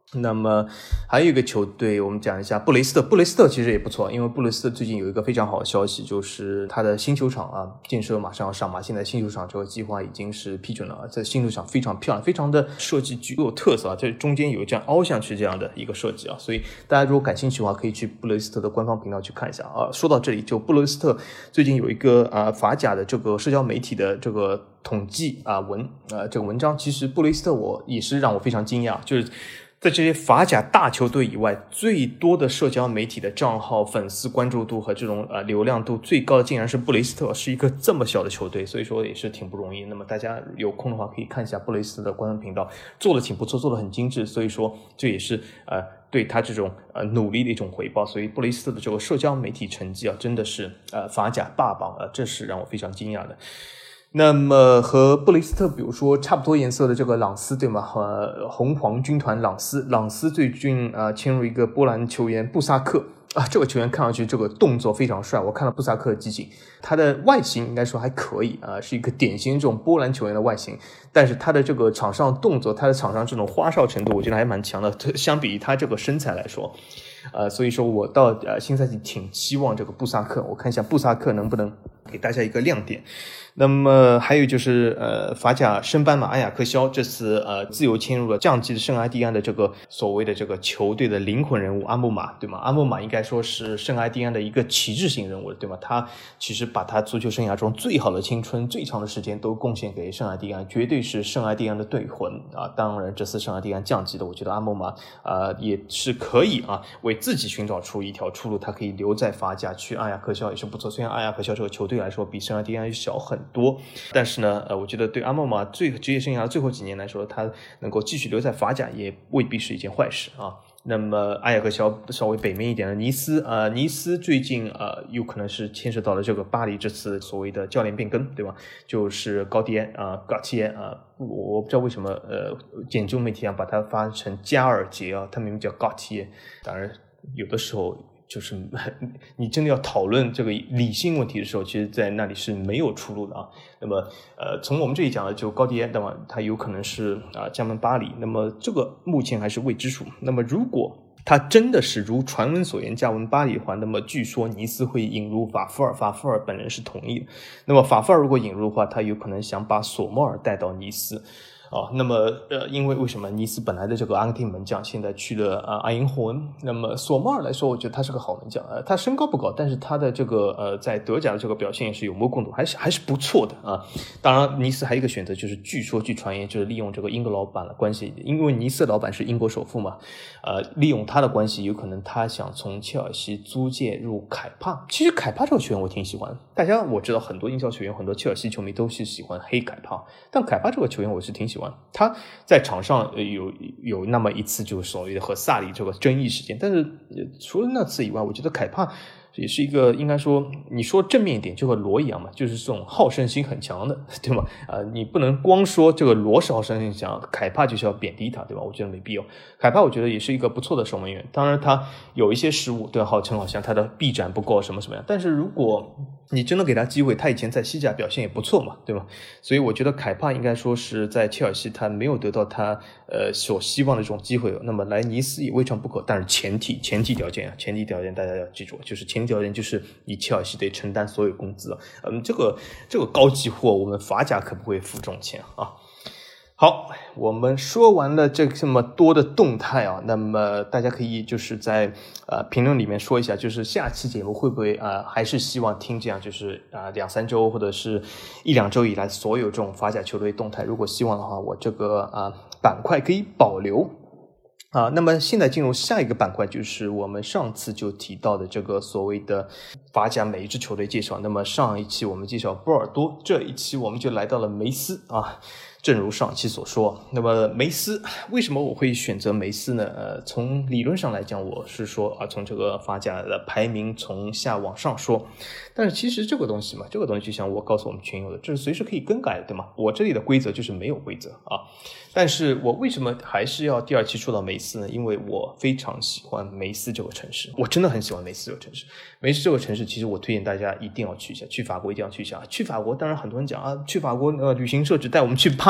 那么还有一个球队，我们讲一下布雷斯特。布雷斯特其实也不错，因为布雷斯特最近有一个非常好的消息，就是他的新球场啊建设马上要上马。现在新球场这个计划已经是批准了，这新球场非常漂亮，非常的设计具有特色啊，这中间有这样凹下去这样的一个设计啊，所以大家如果感兴趣的话，可以去布雷斯特的官方频道去看一下啊。说到这里，就布雷斯特最近有一个啊法甲的这个社交媒体的这个统计啊文啊这个文章，其实布雷斯特我也是让我非常惊讶，就是在这些法甲大球队以外，最多的社交媒体的账号、粉丝关注度和这种呃流量度最高的，竟然是布雷斯特，是一个这么小的球队，所以说也是挺不容易。那么大家有空的话，可以看一下布雷斯特的官方频道，做的挺不错，做的很精致，所以说这也是呃对他这种呃努力的一种回报。所以布雷斯特的这个社交媒体成绩啊，真的是呃法甲霸榜啊，这是让我非常惊讶的。那么和布雷斯特比如说差不多颜色的这个朗斯，对吗？和红黄军团朗斯，朗斯最近啊、呃、签入一个波兰球员布萨克啊，这个球员看上去这个动作非常帅，我看了布萨克的集锦，他的外形应该说还可以啊，是一个典型这种波兰球员的外形，但是他的这个场上动作，他的场上这种花哨程度，我觉得还蛮强的，相比于他这个身材来说。呃，所以说我到呃新赛季挺期望这个布萨克，我看一下布萨克能不能给大家一个亮点。那么还有就是呃法甲升班马阿雅克肖这次呃自由迁入了降级的圣埃蒂安的这个所谓的这个球队的灵魂人物阿木马，对吗？阿木马应该说是圣埃蒂安的一个旗帜性人物，对吗？他其实把他足球生涯中最好的青春、最长的时间都贡献给圣埃蒂安，绝对是圣埃蒂安的队魂啊！当然，这次圣埃蒂安降级的，我觉得阿木马啊、呃、也是可以啊为自己寻找出一条出路，他可以留在法甲去阿雅克肖也是不错。虽然阿雅克肖这个球队来说比圣埃蒂安小很多，但是呢，呃，我觉得对阿莫马最职业生涯最后几年来说，他能够继续留在法甲也未必是一件坏事啊。那么阿雅克肖稍微北面一点的尼斯，呃，尼斯最近呃有可能是牵涉到了这个巴黎这次所谓的教练变更，对吧？就是高迪安啊，高迪安啊，我不知道为什么呃，简中媒体上把它发成加尔杰啊，他明明叫高迪安，当然有的时候。就是你真的要讨论这个理性问题的时候，其实在那里是没有出路的啊。那么呃，从我们这里讲的，就高迪安，那么他有可能是啊加盟巴黎，那么这个目前还是未知数。那么如果他真的是如传闻所言加盟巴黎的话，那么据说尼斯会引入法夫尔，法夫尔本人是同意的。那么法夫尔如果引入的话，他有可能想把索莫尔带到尼斯。哦，那么呃，因为为什么尼斯本来的这个阿根廷门将现在去了啊阿因霍恩，那么索莫尔来说，我觉得他是个好门将，呃，他身高不高，但是他的这个呃在德甲的这个表现也是有目共睹，还是还是不错的啊。当然，尼斯还有一个选择，就是据说据传言就是利用这个英国老板的关系，因为尼斯老板是英国首富嘛，呃，利用他的关系，有可能他想从切尔西租借入凯帕。其实凯帕这个球员我挺喜欢，大家我知道很多英超球员，很多切尔西球迷都是喜欢黑凯帕，但凯帕这个球员我是挺喜欢。他在场上有有那么一次就是所谓的和萨里这个争议事件，但是除了那次以外，我觉得凯帕也是一个应该说你说正面一点就和罗一样嘛，就是这种好胜心很强的，对吗？呃，你不能光说这个罗是好胜心强，凯帕就是要贬低他，对吧？我觉得没必要。凯帕我觉得也是一个不错的守门员，当然他有一些失误，对，号称好像他的臂展不够什么什么样，但是如果你真的给他机会，他以前在西甲表现也不错嘛，对吧？所以我觉得凯帕应该说是在切尔西他没有得到他呃所希望的这种机会，那么来尼斯也未尝不可，但是前提前提条件啊，前提条件大家要记住，就是前提条件就是你切尔西得承担所有工资啊，嗯，这个这个高级货我们法甲可不会付这种钱啊。好，我们说完了这这么多的动态啊，那么大家可以就是在呃评论里面说一下，就是下期节目会不会啊、呃、还是希望听这样就是啊、呃、两三周或者是一两周以来所有这种法甲球队动态，如果希望的话，我这个啊、呃、板块可以保留。啊，那么现在进入下一个板块，就是我们上次就提到的这个所谓的法甲每一支球队介绍。那么上一期我们介绍波尔多，这一期我们就来到了梅斯啊。正如上一期所说，那么梅斯为什么我会选择梅斯呢？呃，从理论上来讲，我是说啊，从这个法甲的排名从下往上说，但是其实这个东西嘛，这个东西就像我告诉我们群友的，这是随时可以更改的，对吗？我这里的规则就是没有规则啊。但是我为什么还是要第二期说到梅斯呢？因为我非常喜欢梅斯这个城市，我真的很喜欢梅斯这个城市。梅斯这个城市，其实我推荐大家一定要去一下，去法国一定要去一下。去法国，当然很多人讲啊，去法国呃旅行社只带我们去巴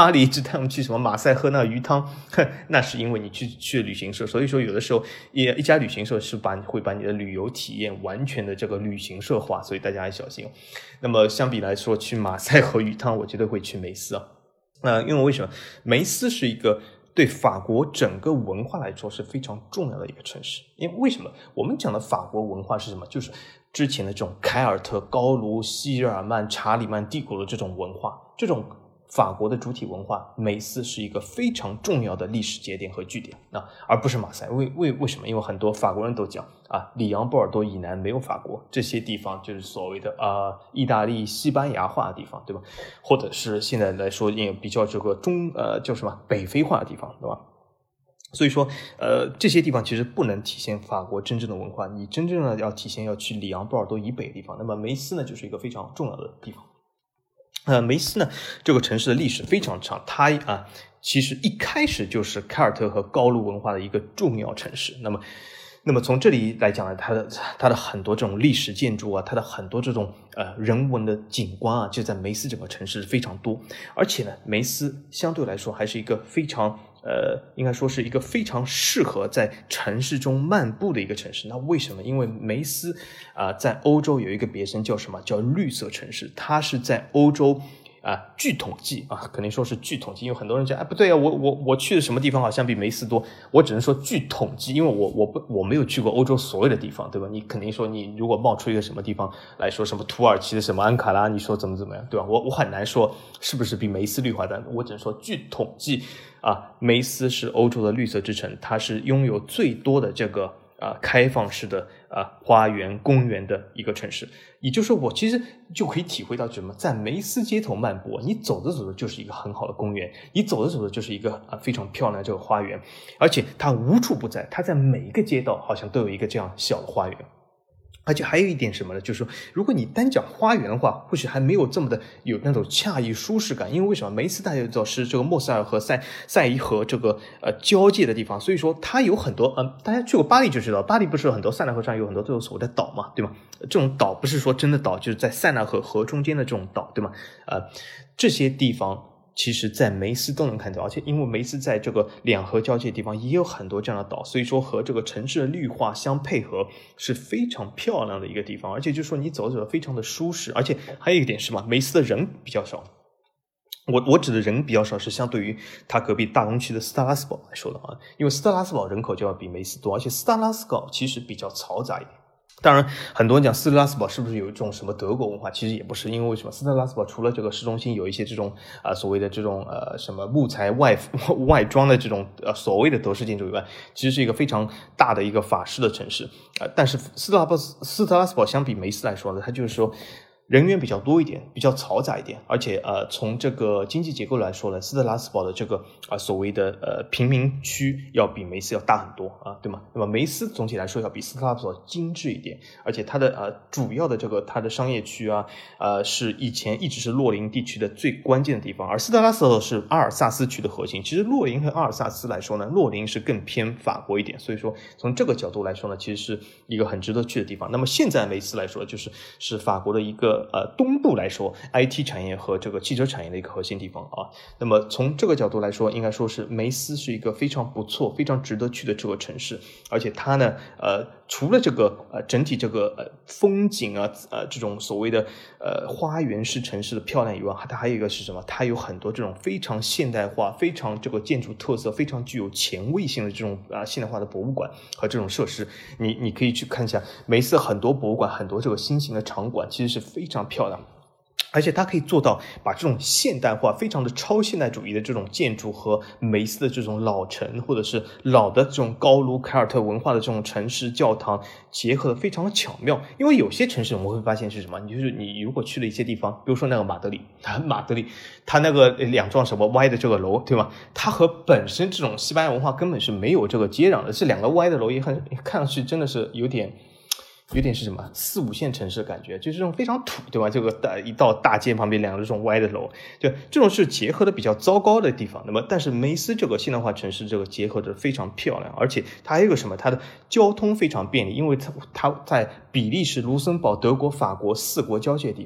巴黎只带我们去什么马赛喝那鱼汤，那是因为你去去旅行社。所以说有的时候也一家旅行社是把会把你的旅游体验完全的这个旅行社化，所以大家要小心。那么相比来说，去马赛喝鱼汤，我觉得会去梅斯啊。呃，因为为什么？梅斯是一个对法国整个文化来说是非常重要的一个城市。因为为什么？我们讲的法国文化是什么？就是之前的这种凯尔特、高卢、希日耳曼、查理曼帝国的这种文化，这种法国的主体文化，梅斯是一个非常重要的历史节点和据点啊，而不是马赛。为为为什么？因为很多法国人都讲啊，里昂波尔多以南没有法国，这些地方就是所谓的啊、呃、意大利、西班牙化的地方，对吧？或者是现在来说也比较这个中呃叫什么北非化的地方，对吧？所以说，呃，这些地方其实不能体现法国真正的文化。你真正的要体现，要去里昂波尔多以北的地方。那么梅斯呢，就是一个非常重要的地方。呃，梅斯呢，这个城市的历史非常长，它啊，其实一开始就是凯尔特和高卢文化的一个重要城市。那么，那么从这里来讲呢，它的它的很多这种历史建筑啊，它的很多这种呃人文的景观啊，就在梅斯这个城市非常多。而且呢，梅斯相对来说还是一个非常。呃，应该说是一个非常适合在城市中漫步的一个城市。那为什么？因为梅斯啊、呃，在欧洲有一个别称叫什么？叫绿色城市。它是在欧洲啊，据统计啊，肯定说是据统计，因为很多人讲，哎，不对啊，我我我去的什么地方好像比梅斯多。我只能说据统计，因为我我不我没有去过欧洲所有的地方，对吧？你肯定说你如果冒出一个什么地方来说，什么土耳其的什么安卡拉，你说怎么怎么样，对吧？我我很难说是不是比梅斯绿化的，我只能说据统计。啊，梅斯是欧洲的绿色之城，它是拥有最多的这个啊开放式的啊花园、公园的一个城市。也就是说，我其实就可以体会到什么，在梅斯街头漫步，你走着走着就是一个很好的公园，你走着走着就是一个啊非常漂亮的这个花园，而且它无处不在，它在每一个街道好像都有一个这样小的花园。而且还有一点什么呢？就是说，如果你单讲花园的话，或许还没有这么的有那种惬意舒适感。因为为什么？梅斯大家都知道是这个莫塞尔和塞塞伊河这个呃交界的地方，所以说它有很多呃，大家去过巴黎就知道，巴黎不是有很多塞纳河上有很多这种所谓的岛嘛，对吗？这种岛不是说真的岛，就是在塞纳河河中间的这种岛，对吗？呃，这些地方。其实在梅斯都能看到，而且因为梅斯在这个两河交界的地方也有很多这样的岛，所以说和这个城市的绿化相配合是非常漂亮的一个地方。而且就是说你走走非常的舒适，而且还有一点是什么？梅斯的人比较少。我我指的人比较少是相对于他隔壁大东区的斯特拉斯堡来说的啊，因为斯特拉斯堡人口就要比梅斯多，而且斯特拉斯堡其实比较嘈杂一点。当然，很多人讲斯特拉斯堡是不是有一种什么德国文化？其实也不是，因为为什么？斯特拉斯堡除了这个市中心有一些这种啊、呃、所谓的这种呃什么木材外外装的这种呃所谓的德式建筑以外，其实是一个非常大的一个法式的城市啊、呃。但是斯特拉斯斯特拉斯堡相比梅斯来说呢，它就是说。人员比较多一点，比较嘈杂一点，而且呃，从这个经济结构来说呢，斯特拉斯堡的这个啊、呃、所谓的呃贫民区要比梅斯要大很多啊，对吗？那么梅斯总体来说要比斯特拉斯堡精致一点，而且它的呃主要的这个它的商业区啊，呃是以前一直是洛林地区的最关键的地方，而斯特拉斯堡是阿尔萨斯区的核心。其实洛林和阿尔萨斯来说呢，洛林是更偏法国一点，所以说从这个角度来说呢，其实是一个很值得去的地方。那么现在梅斯来说，就是是法国的一个。呃，东部来说 ，I T 产业和这个汽车产业的一个核心地方啊。那么从这个角度来说，应该说是梅斯是一个非常不错、非常值得去的这个城市。而且它呢，呃，除了这个呃整体这个呃风景啊，呃这种所谓的呃花园式城市的漂亮以外，它还有一个是什么？它有很多这种非常现代化、非常这个建筑特色、非常具有前卫性的这种啊、呃、现代化的博物馆和这种设施。你你可以去看一下梅斯很多博物馆、很多这个新型的场馆，其实是非常漂亮。而且它可以做到把这种现代化非常的超现代主义的这种建筑和梅斯的这种老城或者是老的这种高卢凯尔特文化的这种城市教堂结合的非常的巧妙。因为有些城市我们会发现是什么，你就是你如果去了一些地方，比如说那个马德里，马德里它那个两幢什么歪的这个楼，对吗？它和本身这种西班牙文化根本是没有这个接壤的，这两个歪的楼也很看上去真的是有点有点是什么四五线城市的感觉，就是这种非常土，对吧？这个大一到大街旁边两个这种歪的楼，就这种是结合的比较糟糕的地方。那么，但是梅斯这个现代化城市这个结合的非常漂亮，而且它还有个什么？它的交通非常便利，因为它它在比利时、卢森堡、德国、法国四国交界的地方，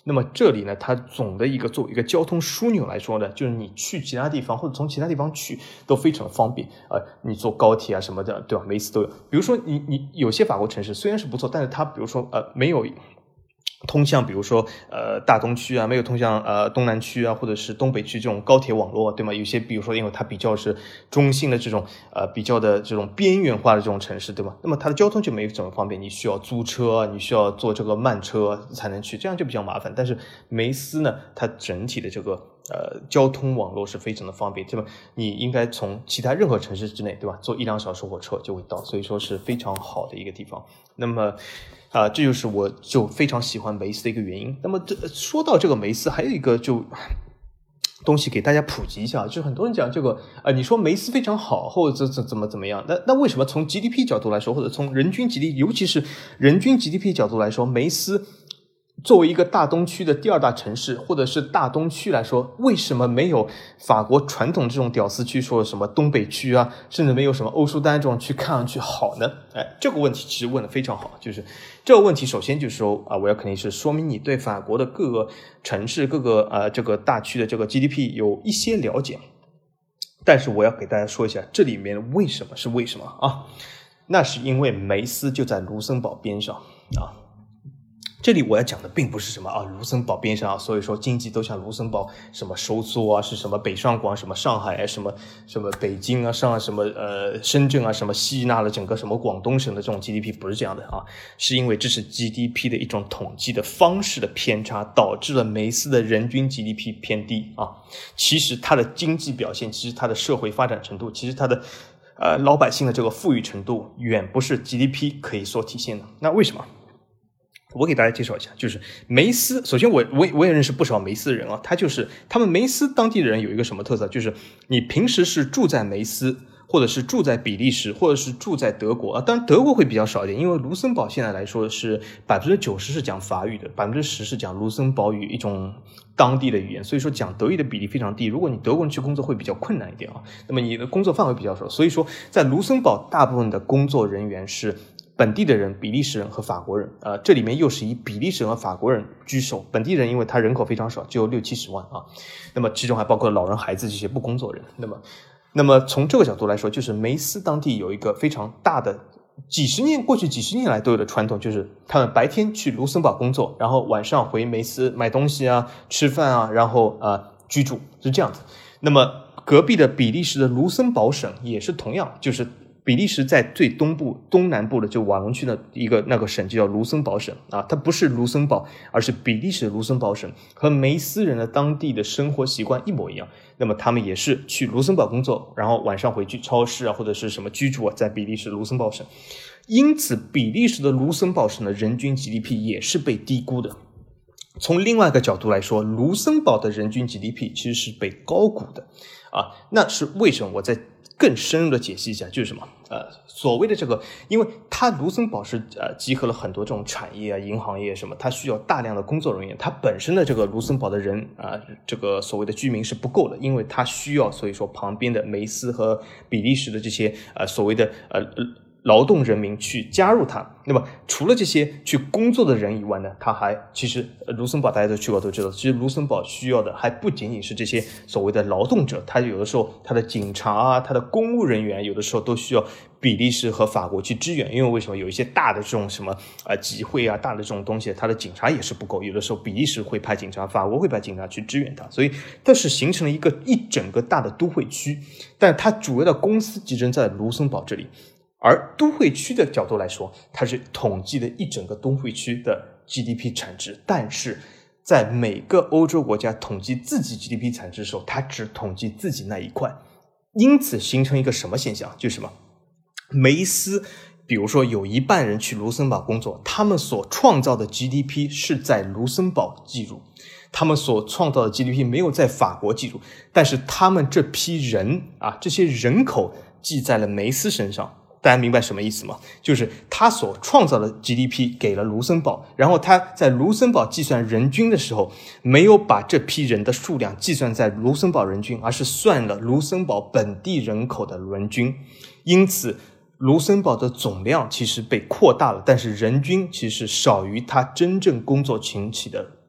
那么这里呢，它总的一个作为一个交通枢纽来说呢，就是你去其他地方或者从其他地方去都非常的方便啊、呃，你坐高铁啊什么的，对吧？每次都有。比如说你你有些法国城市虽然是不错，但是它比如说呃没有通向比如说呃大东区啊，没有通向呃东南区啊，或者是东北区这种高铁网络，对吗？有些比如说因为它比较是中心的这种呃比较的这种边缘化的这种城市，对吗？那么它的交通就没有这么方便，你需要租车，你需要坐这个慢车才能去，这样就比较麻烦。但是梅斯呢，它整体的这个呃交通网络是非常的方便，对吧？你应该从其他任何城市之内，对吧？坐一两小时火车就会到，所以说是非常好的一个地方。那么啊、呃，这就是我就非常喜欢梅斯的一个原因。那么这说到这个梅斯，还有一个就东西给大家普及一下，就是很多人讲这个呃，你说梅斯非常好，或者怎怎么怎么样，那那为什么从 G D P 角度来说，或者从人均 G D P， 尤其是人均 G D P 角度来说，梅斯作为一个大东区的第二大城市，或者是大东区来说，为什么没有法国传统这种屌丝区，说什么东北区啊，甚至没有什么欧舒丹这种区看上去好呢？哎，这个问题其实问得非常好，就是这个问题首先就是说啊，我要肯定是说明你对法国的各个城市、各个呃这个大区的这个 G D P 有一些了解，但是我要给大家说一下，这里面为什么是为什么啊？那是因为梅斯就在卢森堡边上啊。这里我要讲的并不是什么啊，卢森堡边上啊，所以说经济都像卢森堡什么收缩啊，是什么北上广、什么上海啊、什么什么北京啊、上海什么呃深圳啊，什么吸纳了整个什么广东省的这种 G D P， 不是这样的啊，是因为这是 G D P 的一种统计的方式的偏差，导致了梅斯的人均 G D P 偏低啊。其实它的经济表现，其实它的社会发展程度，其实它的呃老百姓的这个富裕程度，远不是 G D P 可以所体现的。那为什么？我给大家介绍一下，就是梅斯。首先我，我我也认识不少梅斯的人啊，他就是他们梅斯当地的人有一个什么特色，就是你平时是住在梅斯，或者是住在比利时，或者是住在德国啊。当然德国会比较少一点，因为卢森堡现在来说是百分之九十是讲法语的，百分之十是讲卢森堡语一种当地的语言，所以说讲德语的比例非常低。如果你德国人去工作会比较困难一点啊，那么你的工作范围比较少，所以说在卢森堡大部分的工作人员是本地的人，比利时人和法国人，呃，这里面又是以比利时人和法国人居首。本地人因为他人口非常少，只有六七十万啊，那么其中还包括老人、孩子这些不工作人。那么，那么从这个角度来说，就是梅斯当地有一个非常大的，几十年过去几十年来都有的传统，就是他们白天去卢森堡工作，然后晚上回梅斯买东西啊、吃饭啊，然后呃居住，是这样子。那么隔壁的比利时的卢森堡省也是同样，就是比利时在最东部、东南部的就瓦隆区的一个那个省就叫卢森堡省啊，它不是卢森堡，而是比利时的卢森堡省，和梅斯人的当地的生活习惯一模一样。那么他们也是去卢森堡工作，然后晚上回去超市啊或者是什么居住啊，在比利时卢森堡省。因此，比利时的卢森堡省的人均 G D P 也是被低估的。从另外一个角度来说，卢森堡的人均 G D P 其实是被高估的啊，那是为什么？我在更深入的解析一下，就是什么？呃，所谓的这个，因为它卢森堡是呃集合了很多这种产业啊、银行业什么，它需要大量的工作人员，它本身的这个卢森堡的人啊、呃，这个所谓的居民是不够的，因为它需要，所以说旁边的梅斯和比利时的这些呃所谓的呃。劳动人民去加入它。那么除了这些去工作的人以外呢，他还其实卢森堡大家都去过都知道，其实卢森堡需要的还不仅仅是这些所谓的劳动者，他有的时候他的警察啊，他的公务人员有的时候都需要比利时和法国去支援，因为为什么有一些大的这种什么呃集会啊，大的这种东西，他的警察也是不够，有的时候比利时会派警察，法国会派警察去支援他，所以这是形成了一个一整个大的都会区，但它主要的公司集中在卢森堡这里。而都会区的角度来说，它是统计的一整个都会区的 G D P 产值，但是在每个欧洲国家统计自己 G D P 产值的时候，它只统计自己那一块，因此形成一个什么现象，就是什么？梅斯比如说有一半人去卢森堡工作，他们所创造的 G D P 是在卢森堡计入，他们所创造的 G D P 没有在法国计入，但是他们这批人啊，这些人口记在了梅斯身上。大家明白什么意思吗？就是他所创造的 G D P 给了卢森堡，然后他在卢森堡计算人均的时候，没有把这批人的数量计算在卢森堡人均，而是算了卢森堡本地人口的人均。因此卢森堡的总量其实被扩大了，但是人均其实少于他真正工作群体的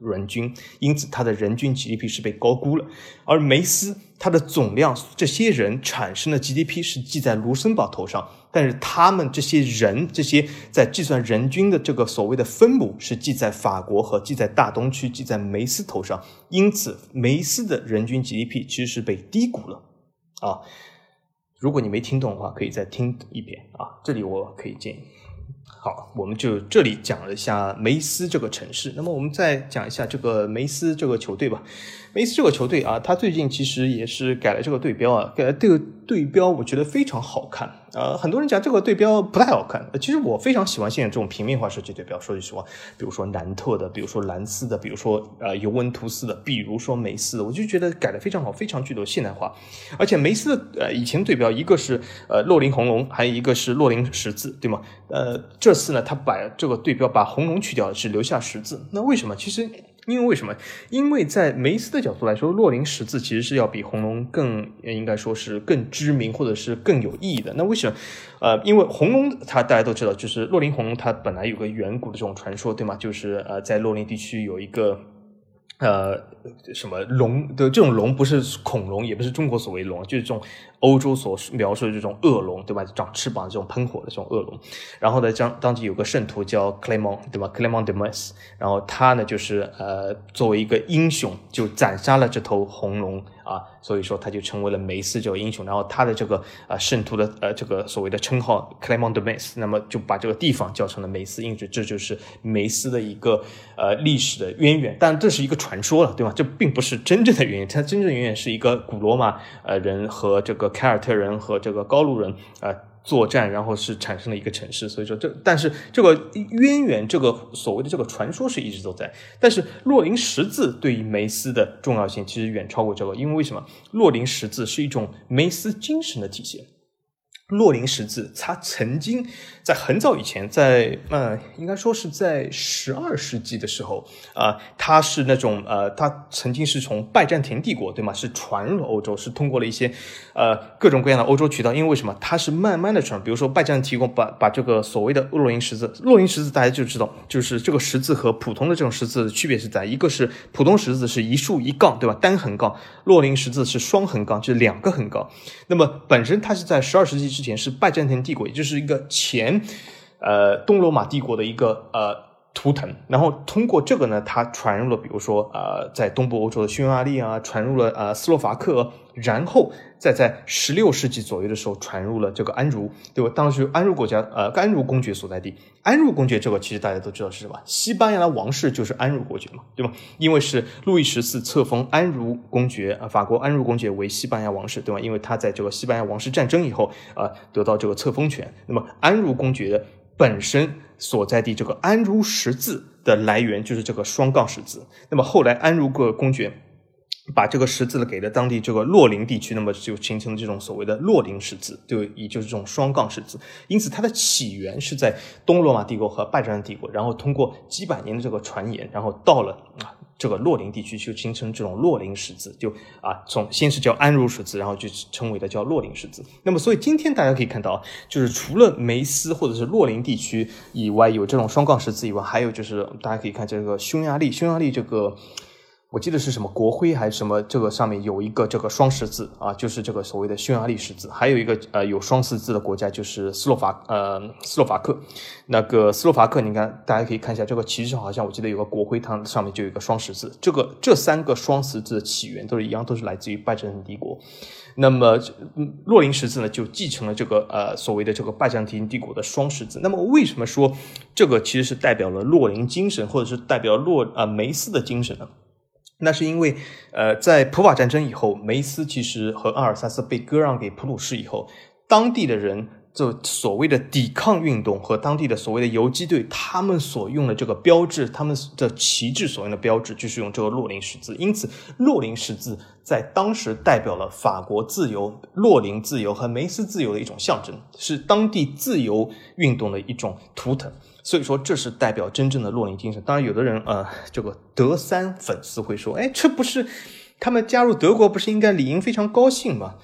人均，因此它的人均 G D P 是被高估了。而梅斯它的总量，这些人产生的 G D P 是记在卢森堡头上，但是他们这些人，这些在计算人均的这个所谓的分母是记在法国和记在大东区，记在梅斯头上，因此梅斯的人均 G D P 其实是被低估了啊。如果你没听懂的话，可以再听一遍啊，这里我可以建议。好，我们就这里讲了一下梅斯这个城市，那么我们再讲一下这个梅斯这个球队吧。梅斯这个球队啊，他最近其实也是改了这个队标啊，改了这个队标，我觉得非常好看。呃，很多人讲这个队标不太好看，其实我非常喜欢现在这种平面化设计队标。说句实话，比如说南特的，比如说兰斯的，比如说呃尤文图斯的，比如说梅斯的，我就觉得改得非常好，非常具有现代化。而且梅斯的呃以前队标一个是呃洛林红龙，还有一个是洛林十字，对吗？呃，这次呢，他把这个队标把红龙去掉了，只留下十字。那为什么？其实。因为为什么？因为在梅斯的角度来说，洛林十字其实是要比红龙更应该说是更知名或者是更有意义的。那为什么？呃，因为红龙它大家都知道，就是洛林红龙它本来有个远古的这种传说，对吗？就是呃在洛林地区有一个。呃，什么龙的这种龙不是恐龙，也不是中国所谓龙，就是这种欧洲所描述的这种恶龙，对吧？长翅膀这种喷火的这种恶龙。然后呢，当当地有个圣徒叫 Clément， 对吧 ？Clément de Metz， 然后他呢就是呃作为一个英雄，就斩杀了这头红龙啊，所以说他就成为了梅斯这个英雄。然后他的这个呃圣徒的呃这个所谓的称号 Clément de Metz， 那么就把这个地方叫成了梅斯，因此这就是梅斯的一个呃历史的渊源。但这是一个传说了，对吧？这并不是真正的渊源，它真正的渊源是一个古罗马呃人和这个凯尔特人和这个高卢人呃作战，然后是产生了一个城市。所以说这但是这个渊源，这个所谓的这个传说是一直都在。但是洛林十字对于梅斯的重要性其实远超过这个，因为为什么？洛林十字是一种梅斯精神的体现。洛林十字它曾经在很早以前，在呃应该说是在十二世纪的时候啊、呃，它是那种呃它曾经是从拜占庭帝国，对吗？是传入了欧洲，是通过了一些呃各种各样的欧洲渠道。因为为什么？它是慢慢的传，比如说拜占庭帝国把把这个所谓的洛林十字，洛林十字大家就知道，就是这个十字和普通的这种十字的区别是在，一个是普通十字是一竖一杠，对吧？单横杠，洛林十字是双横杠，就是两个横杠。那么本身它是在十二世纪之前是拜占庭帝国，也就是一个前呃东罗马帝国的一个呃图腾，然后通过这个呢，它传入了比如说呃在东部欧洲的匈牙利啊，传入了呃斯洛伐克，然后再在十六世纪左右的时候传入了这个安茹，对吧？当时安茹国家呃安茹公爵所在地。安茹公爵这个其实大家都知道是什么，西班牙的王室就是安茹公爵嘛，对吗？因为是路易十四册封安茹公爵啊、呃，法国安茹公爵为西班牙王室，对吗？因为他在这个西班牙王室战争以后啊、呃，得到这个册封权。那么安茹公爵本身所在地这个安茹十字的来源就是这个双杠十字。那么后来安茹个公爵把这个十字给了当地这个洛林地区，那么就形成这种所谓的洛林十字，对，也就是这种双杠十字。因此它的起源是在东罗马帝国和拜占庭帝国，然后通过几百年的这个传言，然后到了啊这个洛林地区就形成这种洛林十字，就啊从先是叫安茹十字，然后就称为的叫洛林十字。那么所以今天大家可以看到，就是除了梅斯或者是洛林地区以外有这种双杠十字以外，还有就是大家可以看这个匈牙利，匈牙利这个我记得是什么国徽还是什么，这个上面有一个这个双十字啊，就是这个所谓的匈牙利十字。还有一个呃有双十字的国家就是斯洛伐呃斯洛伐克。那个斯洛伐克你看大家可以看一下这个旗帜上好像我记得有个国徽，它上面就有一个双十字。这个这三个双十字的起源都是一样，都是来自于拜占庭帝国。那么洛林十字呢就继承了这个呃所谓的这个拜占庭帝国的双十字。那么为什么说这个其实是代表了洛林精神，或者是代表洛呃梅斯的精神呢？那是因为呃在普法战争以后，梅斯其实和阿尔萨斯被割让给普鲁士以后，当地的人这所谓的抵抗运动和当地的所谓的游击队，他们所用的这个标志，他们的旗帜所用的标志就是用这个洛林十字。因此洛林十字在当时代表了法国自由、洛林自由和梅斯自由的一种象征，是当地自由运动的一种图腾。所以说这是代表真正的洛林精神。当然有的人呃，这个德三粉丝会说，哎，这不是他们加入德国不是应该理应非常高兴吗？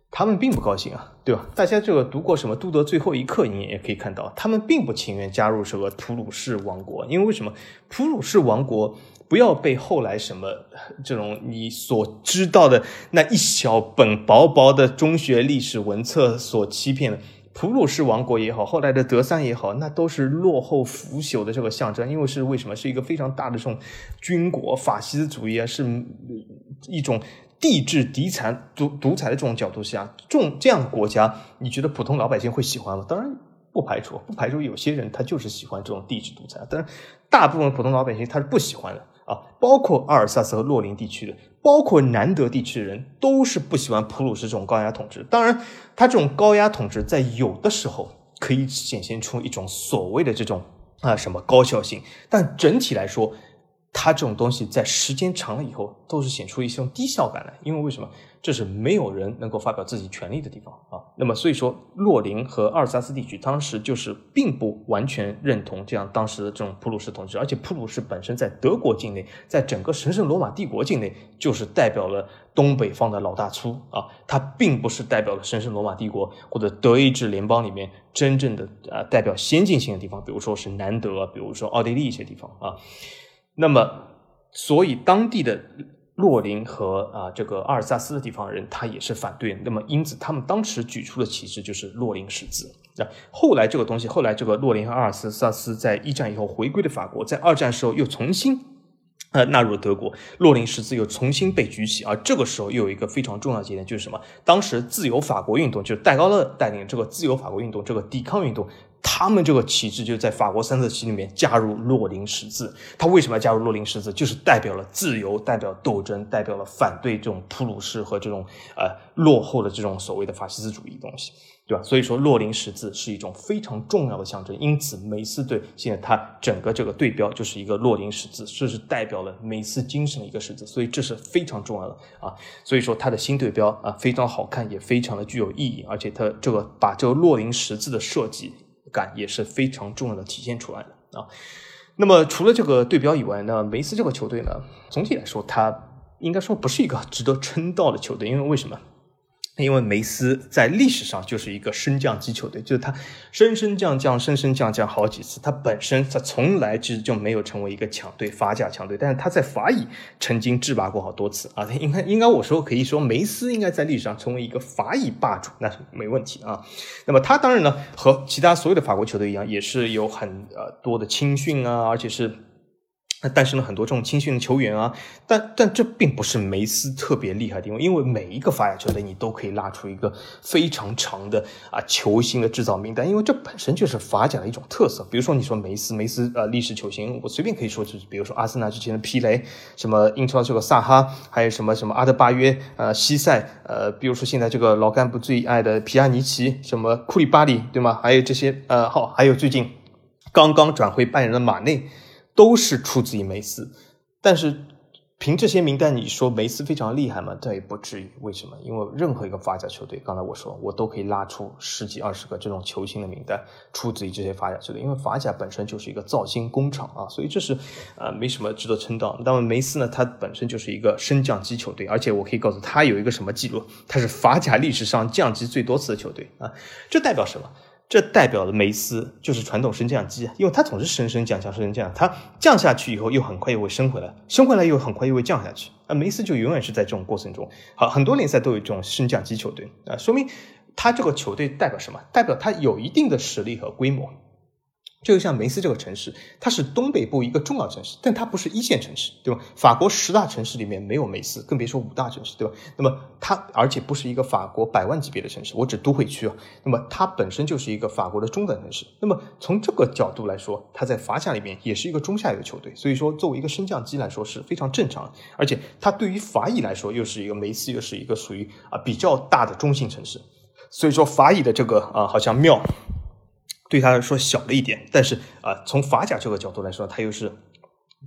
他们并不高兴啊，对吧？大家这个读过什么《都德最后一课》，你也可以看到，他们并不情愿加入这个普鲁士王国，因为为什么？普鲁士王国不要被后来什么这种你所知道的那一小本薄薄的中学历史文册所欺骗了。普鲁士王国也好，后来的德三也好，那都是落后腐朽的这个象征，因为是为什么？是一个非常大的这种军国，法西斯主义啊，是一种帝制独裁独独裁的这种角度下，这种这样的国家，你觉得普通老百姓会喜欢吗？当然不排除，不排除有些人他就是喜欢这种帝制独裁，但是大部分普通老百姓他是不喜欢的啊，包括阿尔萨斯和洛林地区的，包括南德地区的人都是不喜欢普鲁士这种高压统治。当然，他这种高压统治在有的时候可以显现出一种所谓的这种啊什么高效性，但整体来说，它这种东西在时间长了以后都是显出一种低效感来，因为为什么？这是没有人能够发表自己权利的地方啊。那么所以说，洛林和阿尔萨斯地区当时就是并不完全认同这样当时的这种普鲁士统治，而且普鲁士本身在德国境内，在整个神圣罗马帝国境内，就是代表了东北方的老大粗啊，它并不是代表了神圣罗马帝国或者德意志联邦里面真正的啊代表先进性的地方，比如说是南德，比如说奥地利一些地方啊。那么，所以当地的洛林和啊这个阿尔萨斯的地方人，他也是反对。那么因此，他们当时举出的旗帜就是洛林十字。那后来这个东西，后来这个洛林和阿尔萨斯在一战以后回归的法国，在二战时候又重新呃纳入德国，洛林十字又重新被举起。而这个时候又有一个非常重要的节点，就是什么？当时自由法国运动，就是戴高乐带领这个自由法国运动，这个抵抗运动。他们这个旗帜就在法国三色旗里面加入洛林十字。他为什么要加入洛林十字？就是代表了自由，代表斗争，代表了反对这种普鲁士和这种呃落后的这种所谓的法西斯主义东西，对吧？所以说洛林十字是一种非常重要的象征，因此梅斯队现在它整个这个队标就是一个洛林十字，这是代表了梅斯精神的一个十字，所以这是非常重要的啊。所以说它的新队标啊非常好看，也非常的具有意义，而且它这个把这个洛林十字的设计感也是非常重要的体现出来的啊。那么除了这个队标以外呢，梅斯这个球队呢，总体来说它应该说不是一个值得称道的球队，因为为什么？因为梅斯在历史上就是一个升降机球队，就是他升升降降升升降降好几次，他本身他从来其实就没有成为一个强队，法甲强队，但是他在法乙曾经制霸过好多次啊。应该应该我说可以说梅斯应该在历史上成为一个法乙霸主，那是没问题啊。那么他当然呢和其他所有的法国球队一样，也是有很呃多的青训啊，而且是诞生了很多这种青训的球员啊，但但这并不是梅斯特别厉害的地方，因为每一个法甲球队你都可以拉出一个非常长的啊球星的制造名单，因为这本身就是法甲的一种特色。比如说你说梅斯，梅斯呃历史球星，我随便可以说就是比如说阿森纳之前的皮雷，什么英超这个萨哈，还有什么什么阿德巴约、呃西塞，呃比如说现在这个老干部最爱的皮亚尼奇，什么库里巴里，对吗？还有这些呃好，还有最近刚刚转会拜仁的马内。都是出自于梅斯，但是凭这些名单你说梅斯非常厉害吗？这也不至于。为什么？因为任何一个法甲球队，刚才我说我都可以拉出十几二十个这种球星的名单出自于这些法甲球队，因为法甲本身就是一个造星工厂啊，所以这是呃没什么值得称道。那么梅斯呢，他本身就是一个升降机球队，而且我可以告诉他有一个什么记录，他是法甲历史上降级最多次的球队啊，这代表什么？这代表了梅斯就是传统升降机，因为他总是升升降降升升降，他降下去以后又很快又会升回来，升回来又很快又会降下去。而梅斯就永远是在这种过程中，好，很多联赛都有这种升降机球队啊，说明他这个球队代表什么？代表他有一定的实力和规模。就像梅斯这个城市，它是东北部一个重要城市，但它不是一线城市，对吧？法国十大城市里面没有梅斯，更别说五大城市，对吧？那么它而且不是一个法国百万级别的城市，我指都会区啊。那么它本身就是一个法国的中等城市。那么从这个角度来说，它在法甲里面也是一个中下游球队，所以说作为一个升降机来说是非常正常的。而且它对于法乙来说，又是一个梅斯又是一个属于啊比较大的中型城市，所以说法乙的这个啊好像庙。对他来说小了一点，但是啊、呃，从法甲这个角度来说，他又是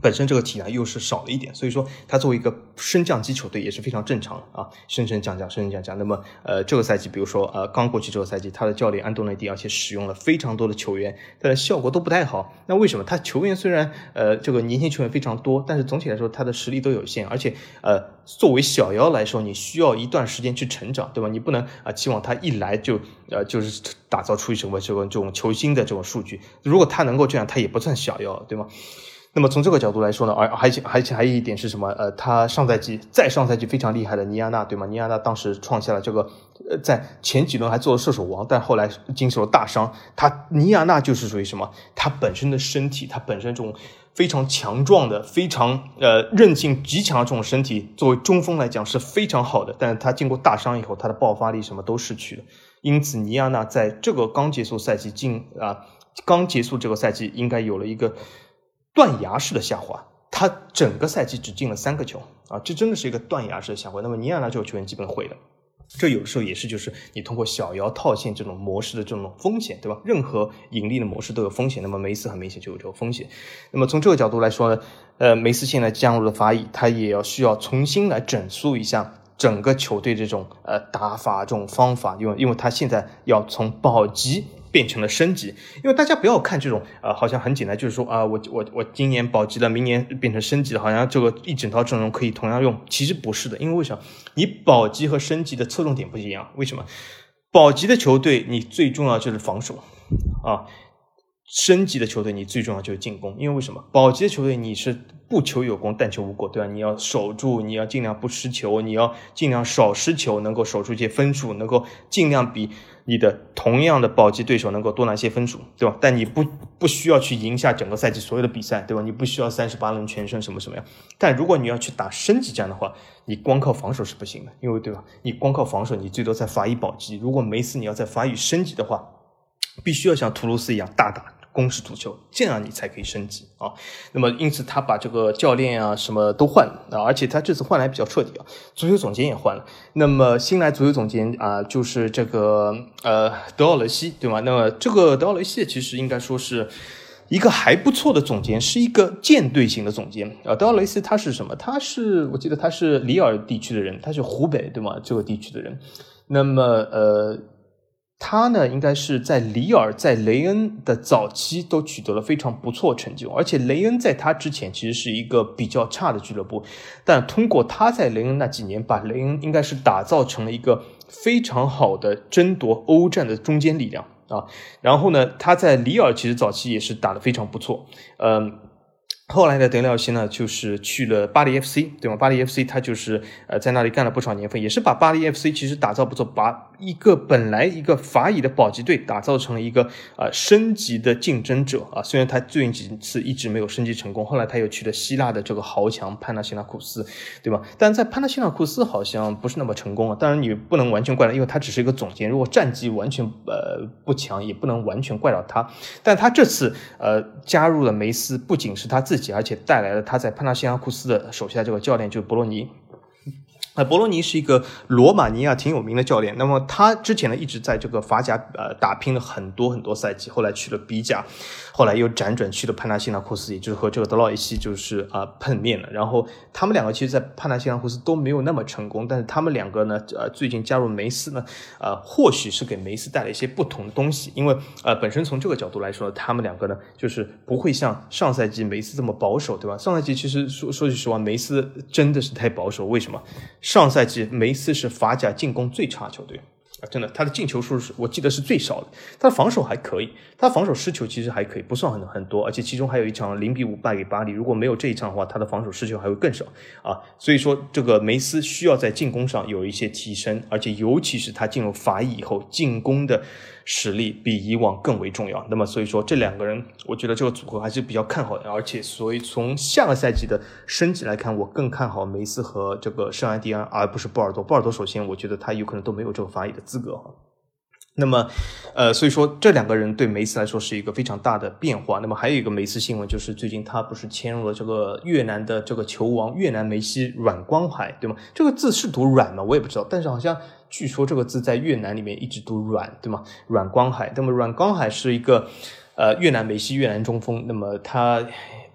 本身这个体量又是少了一点，所以说他作为一个升降机球队也是非常正常啊，升升降降，升升降降。那么呃，这个赛季，比如说呃，刚过去这个赛季，他的教练安东内蒂，而且使用了非常多的球员，但是效果都不太好。那为什么？他球员虽然呃这个年轻球员非常多，但是总体来说他的实力都有限，而且呃作为小妖来说，你需要一段时间去成长，对吧？你不能啊、呃、期望他一来就呃就是打造出什么这种这种球星的这种数据。如果他能够这样，他也不算小妖，对吗？那么从这个角度来说呢，而还还还有一点是什么？呃，他上赛季在上赛季非常厉害的尼亚纳，对吗？尼亚纳当时创下了这个，呃，在前几轮还做了射手王，但后来经受了大伤。他尼亚纳就是属于什么？他本身的身体，他本身这种非常强壮的、非常呃韧性极强的这种身体，作为中锋来讲是非常好的。但是他经过大伤以后，他的爆发力什么都失去了。因此，尼亚纳在这个刚结束赛季进啊，刚结束这个赛季应该有了一个断崖式的下滑，他整个赛季只进了三个球啊，这真的是一个断崖式的下滑。那么尼亚纳这个球员基本毁了，这有的时候也是就是你通过小妖套现这种模式的这种风险，对吧？任何盈利的模式都有风险，那么梅斯很明显就有这个风险。那么从这个角度来说呢，呃，梅斯现在加入了法乙，他也要需要重新来整肃一下整个球队这种呃打法、这种方法，因为因为他现在要从保级变成了升级。因为大家不要看这种呃好像很简单，就是说啊、呃、我我我今年保级了，明年变成升级了，好像这个一整套阵容可以同样用，其实不是的。因为为什么？你保级和升级的侧重点不一样。为什么？保级的球队你最重要就是防守啊，升级的球队你最重要就是进攻。因为为什么？保级的球队你是不求有功但求无过，对吧？你要守住，你要尽量不失球，你要尽量少失球，能够守出一些分数，能够尽量比你的同样的保级对手能够多拿些分数，对吧？但你不不需要去赢下整个赛季所有的比赛，对吧？你不需要三十八轮全胜什么什么样。但如果你要去打升级战的话，你光靠防守是不行的，因为对吧？你光靠防守，你最多在法乙保级。如果梅斯你要在法乙升级的话，必须要像图卢斯一样大打攻势足球，这样你才可以升级啊。那么因此他把这个教练啊什么都换了啊，而且他这次换来比较彻底啊，足球总监也换了。那么新来足球总监啊，就是这个呃德奥雷西，对吗？那么这个德奥雷西其实应该说是一个还不错的总监，是一个舰队型的总监啊。德奥雷斯他是什么？他是我记得他是里尔地区的人，他是湖北对吗？这个地区的人。那么呃。他呢，应该是在里尔、在雷恩的早期都取得了非常不错成就，而且雷恩在他之前其实是一个比较差的俱乐部，但通过他在雷恩那几年，把雷恩应该是打造成了一个非常好的争夺欧战的中坚力量啊。然后呢，他在里尔其实早期也是打得非常不错，嗯。后来的德廖西呢，就是去了巴黎 F C， 对吗？巴黎 F C 他就是呃在那里干了不少年份，也是把巴黎 F C 其实打造不错，把一个本来一个法乙的保级队打造成了一个呃升级的竞争者啊。虽然他最近几次一直没有升级成功，后来他又去了希腊的这个豪强潘纳西纳库斯，对吧？但在潘纳西纳库斯好像不是那么成功啊。当然你不能完全怪他，因为他只是一个总监，如果战绩完全呃不强，也不能完全怪到他。但他这次呃加入了梅斯，不仅是他自己，而且带来了他在潘纳西纳库斯的手下这个教练就是博洛尼。呃，博洛尼是一个罗马尼亚挺有名的教练，那么他之前呢一直在这个法甲呃打拼了很多很多赛季，后来去了比甲，后来又辗转去了潘纳西纳库斯，也就是和这个德劳伊西就是啊、呃、碰面了。然后他们两个其实在潘纳西纳库斯都没有那么成功，但是他们两个呢呃最近加入梅斯呢呃或许是给梅斯带来一些不同的东西，因为呃本身从这个角度来说，他们两个呢就是不会像上赛季梅斯这么保守，对吧？上赛季其实说说句实话，梅斯真的是太保守，为什么？上赛季梅斯是法甲进攻最差球队啊，真的，他的进球数是我记得是最少的，他的防守还可以，他防守失球其实还可以，不算很很多，而且其中还有一场零比五败给巴黎，如果没有这一场的话，他的防守失球还会更少啊。所以说，这个梅斯需要在进攻上有一些提升，而且尤其是他进入法乙以后，进攻的实力比以往更为重要。那么所以说这两个人我觉得这个组合还是比较看好的，而且所以从下个赛季的升级来看，我更看好梅斯和这个圣安蒂安，而不是波尔多。波尔多首先我觉得他有可能都没有这个法乙的资格。那么呃，所以说这两个人对梅斯来说是一个非常大的变化。那么还有一个梅斯新闻，就是最近他不是签入了这个越南的这个球王越南梅西阮光海，对吗？这个字是读阮吗？我也不知道，但是好像据说这个字在越南里面一直读阮，对吗？阮光海。那么阮光海是一个呃越南梅西，越南中锋。那么他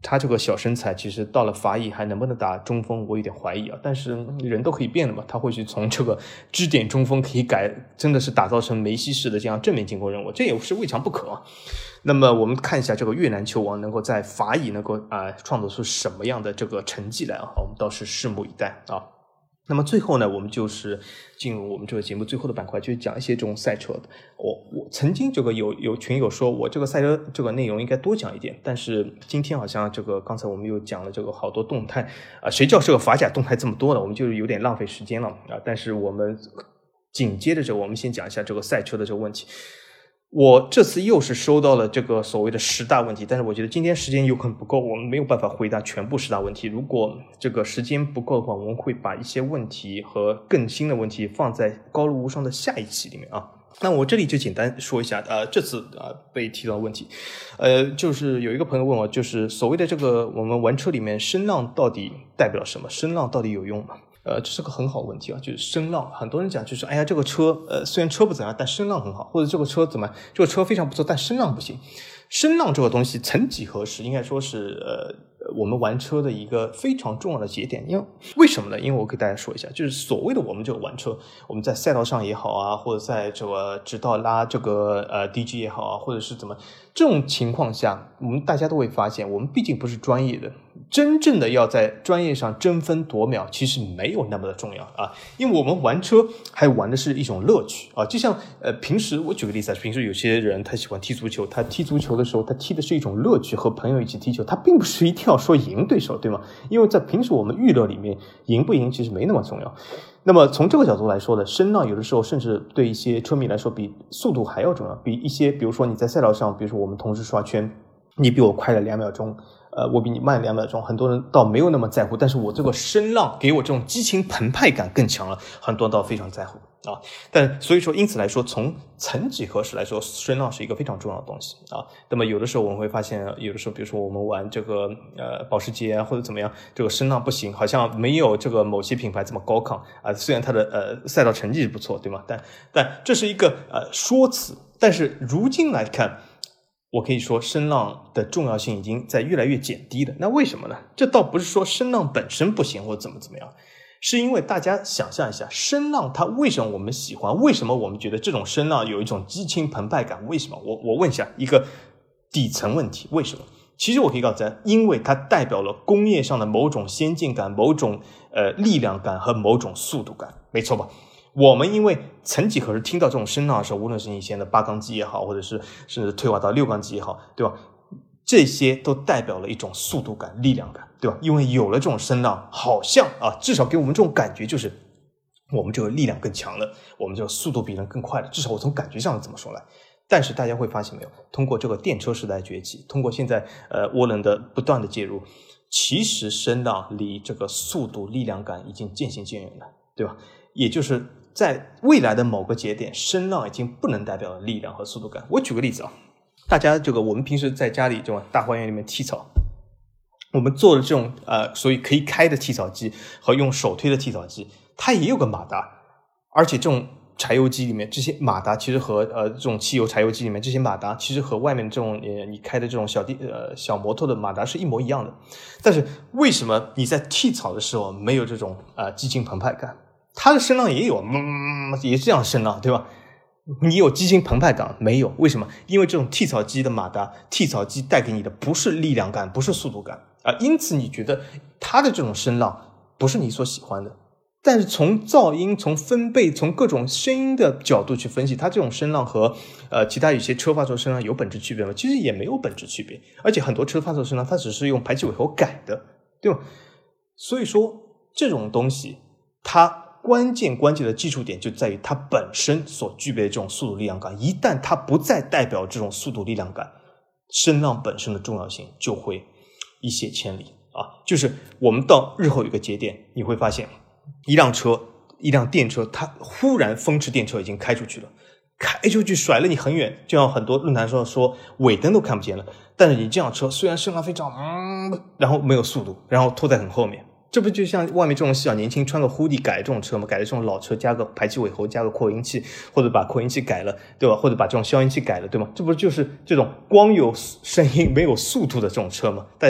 他这个小身材其实到了法乙还能不能打中锋我有点怀疑啊，但是人都可以变的嘛，他或许从这个支点中锋可以改，真的是打造成梅西式的这样正面进攻人物，这也是未尝不可啊。那么我们看一下这个越南球王能够在法乙能够啊、呃、创造出什么样的这个成绩来啊，我们倒是拭目以待啊。那么最后呢，我们就是进入我们这个节目最后的板块，就是讲一些这种赛车的。我我曾经这个有有群友说我这个赛车这个内容应该多讲一点，但是今天好像这个刚才我们又讲了这个好多动态啊、呃，谁叫这个法甲动态这么多呢？我们就有点浪费时间了啊。但是我们紧接着这我们先讲一下这个赛车的这个问题。我这次又是收到了这个所谓的十大问题，但是我觉得今天时间有可能不够，我们没有办法回答全部十大问题。如果这个时间不够的话，我们会把一些问题和更新的问题放在高露无伤的下一期里面啊。那我这里就简单说一下，呃，这次呃被提到的问题，呃，就是有一个朋友问我，就是所谓的这个我们玩车里面声浪到底代表什么？声浪到底有用吗？呃，这是个很好的问题啊，就是声浪，很多人讲就是，哎呀，这个车，呃，虽然车不怎么样，但声浪很好，或者这个车怎么，这个车非常不错，但声浪不行。声浪这个东西，曾几何时，应该说是，呃，我们玩车的一个非常重要的节点。因为为什么呢？因为我给大家说一下，就是所谓的我们这个玩车，我们在赛道上也好啊，或者在这个直道拉这个呃 D G 也好啊，或者是怎么，这种情况下，我们大家都会发现，我们毕竟不是专业的。真正的要在专业上争分夺秒，其实没有那么的重要啊，因为我们玩车还玩的是一种乐趣啊，就像呃平时我举个例子，平时有些人他喜欢踢足球，他踢足球的时候，他踢的是一种乐趣，和朋友一起踢球，他并不是一定要说赢对手，对吗？因为在平时我们娱乐里面，赢不赢其实没那么重要。那么从这个角度来说呢，声浪有的时候甚至对一些车迷来说比速度还要重要，比一些比如说你在赛道上，比如说我们同时刷圈，你比我快了两秒钟。呃，我比你慢两秒钟，很多人倒没有那么在乎，但是我这个声浪给我这种激情澎湃感更强了，很多人倒非常在乎啊。但所以说，因此来说，从曾几何时来说，声浪是一个非常重要的东西啊。那么有的时候我们会发现，有的时候比如说我们玩这个呃保时捷啊或者怎么样，这个声浪不行，好像没有这个某些品牌这么高亢啊。虽然它的呃赛道成绩不错，对吗？但但这是一个呃说辞，但是如今来看。我可以说声浪的重要性已经在越来越减低了。那为什么呢？这倒不是说声浪本身不行或者怎么怎么样，是因为大家想象一下，声浪它为什么我们喜欢？为什么我们觉得这种声浪有一种激情澎湃感？为什么？我我问一下一个底层问题，为什么？其实我可以告诉大家，因为它代表了工业上的某种先进感、某种呃力量感和某种速度感，没错吧？我们因为曾几何时听到这种声浪的时候，无论是以前的八缸机也好，或者是甚至退化到六缸机也好，对吧？这些都代表了一种速度感、力量感，对吧？因为有了这种声浪，好像啊，至少给我们这种感觉就是我们这个力量更强了，我们这个速度比人更快了，至少我从感觉上这么说来。但是大家会发现没有，通过这个电车时代崛起，通过现在呃涡轮的不断的介入，其实声浪离这个速度、力量感已经渐行渐远了，对吧？也就是在未来的某个节点，声浪已经不能代表力量和速度感。我举个例子啊，大家这个我们平时在家里这种大花园里面剃草，我们做的这种呃，所以可以开的剃草机和用手推的剃草机，它也有个马达，而且这种柴油机里面这些马达其实和呃这种汽油柴油机里面这些马达其实和外面这种呃你开的这种小地呃小摩托的马达是一模一样的。但是为什么你在剃草的时候没有这种呃激情澎湃感？它的声浪也有，嗯，也是这样的声浪，对吧？你有激情澎湃感没有？为什么？因为这种剃草机的马达，剃草机带给你的不是力量感，不是速度感啊，因此你觉得它的这种声浪不是你所喜欢的。但是从噪音、从分贝、从各种声音的角度去分析，它这种声浪和呃其他有些车发出的声浪有本质区别吗？其实也没有本质区别，而且很多车发出的声浪它只是用排气尾喉改的，对吧？所以说这种东西它关键关键的基础点就在于它本身所具备的这种速度力量感，一旦它不再代表这种速度力量感，声浪本身的重要性就会一泻千里啊！就是我们到日后有一个节点，你会发现一辆车一辆电车它忽然风驰电掣已经开出去了，开出去甩了你很远，就像很多论坛上说尾灯都看不见了，但是你这辆车虽然声浪非常嗯，然后没有速度，然后拖在很后面，这不就像外面这种小年轻穿个 hoodie 改这种车吗？改的这种老车加个排气尾喉加个扩音器，或者把扩音器改了，对吧？或者把这种消音器改了，对吗？这不就是这种光有声音没有速度的这种车吗？大家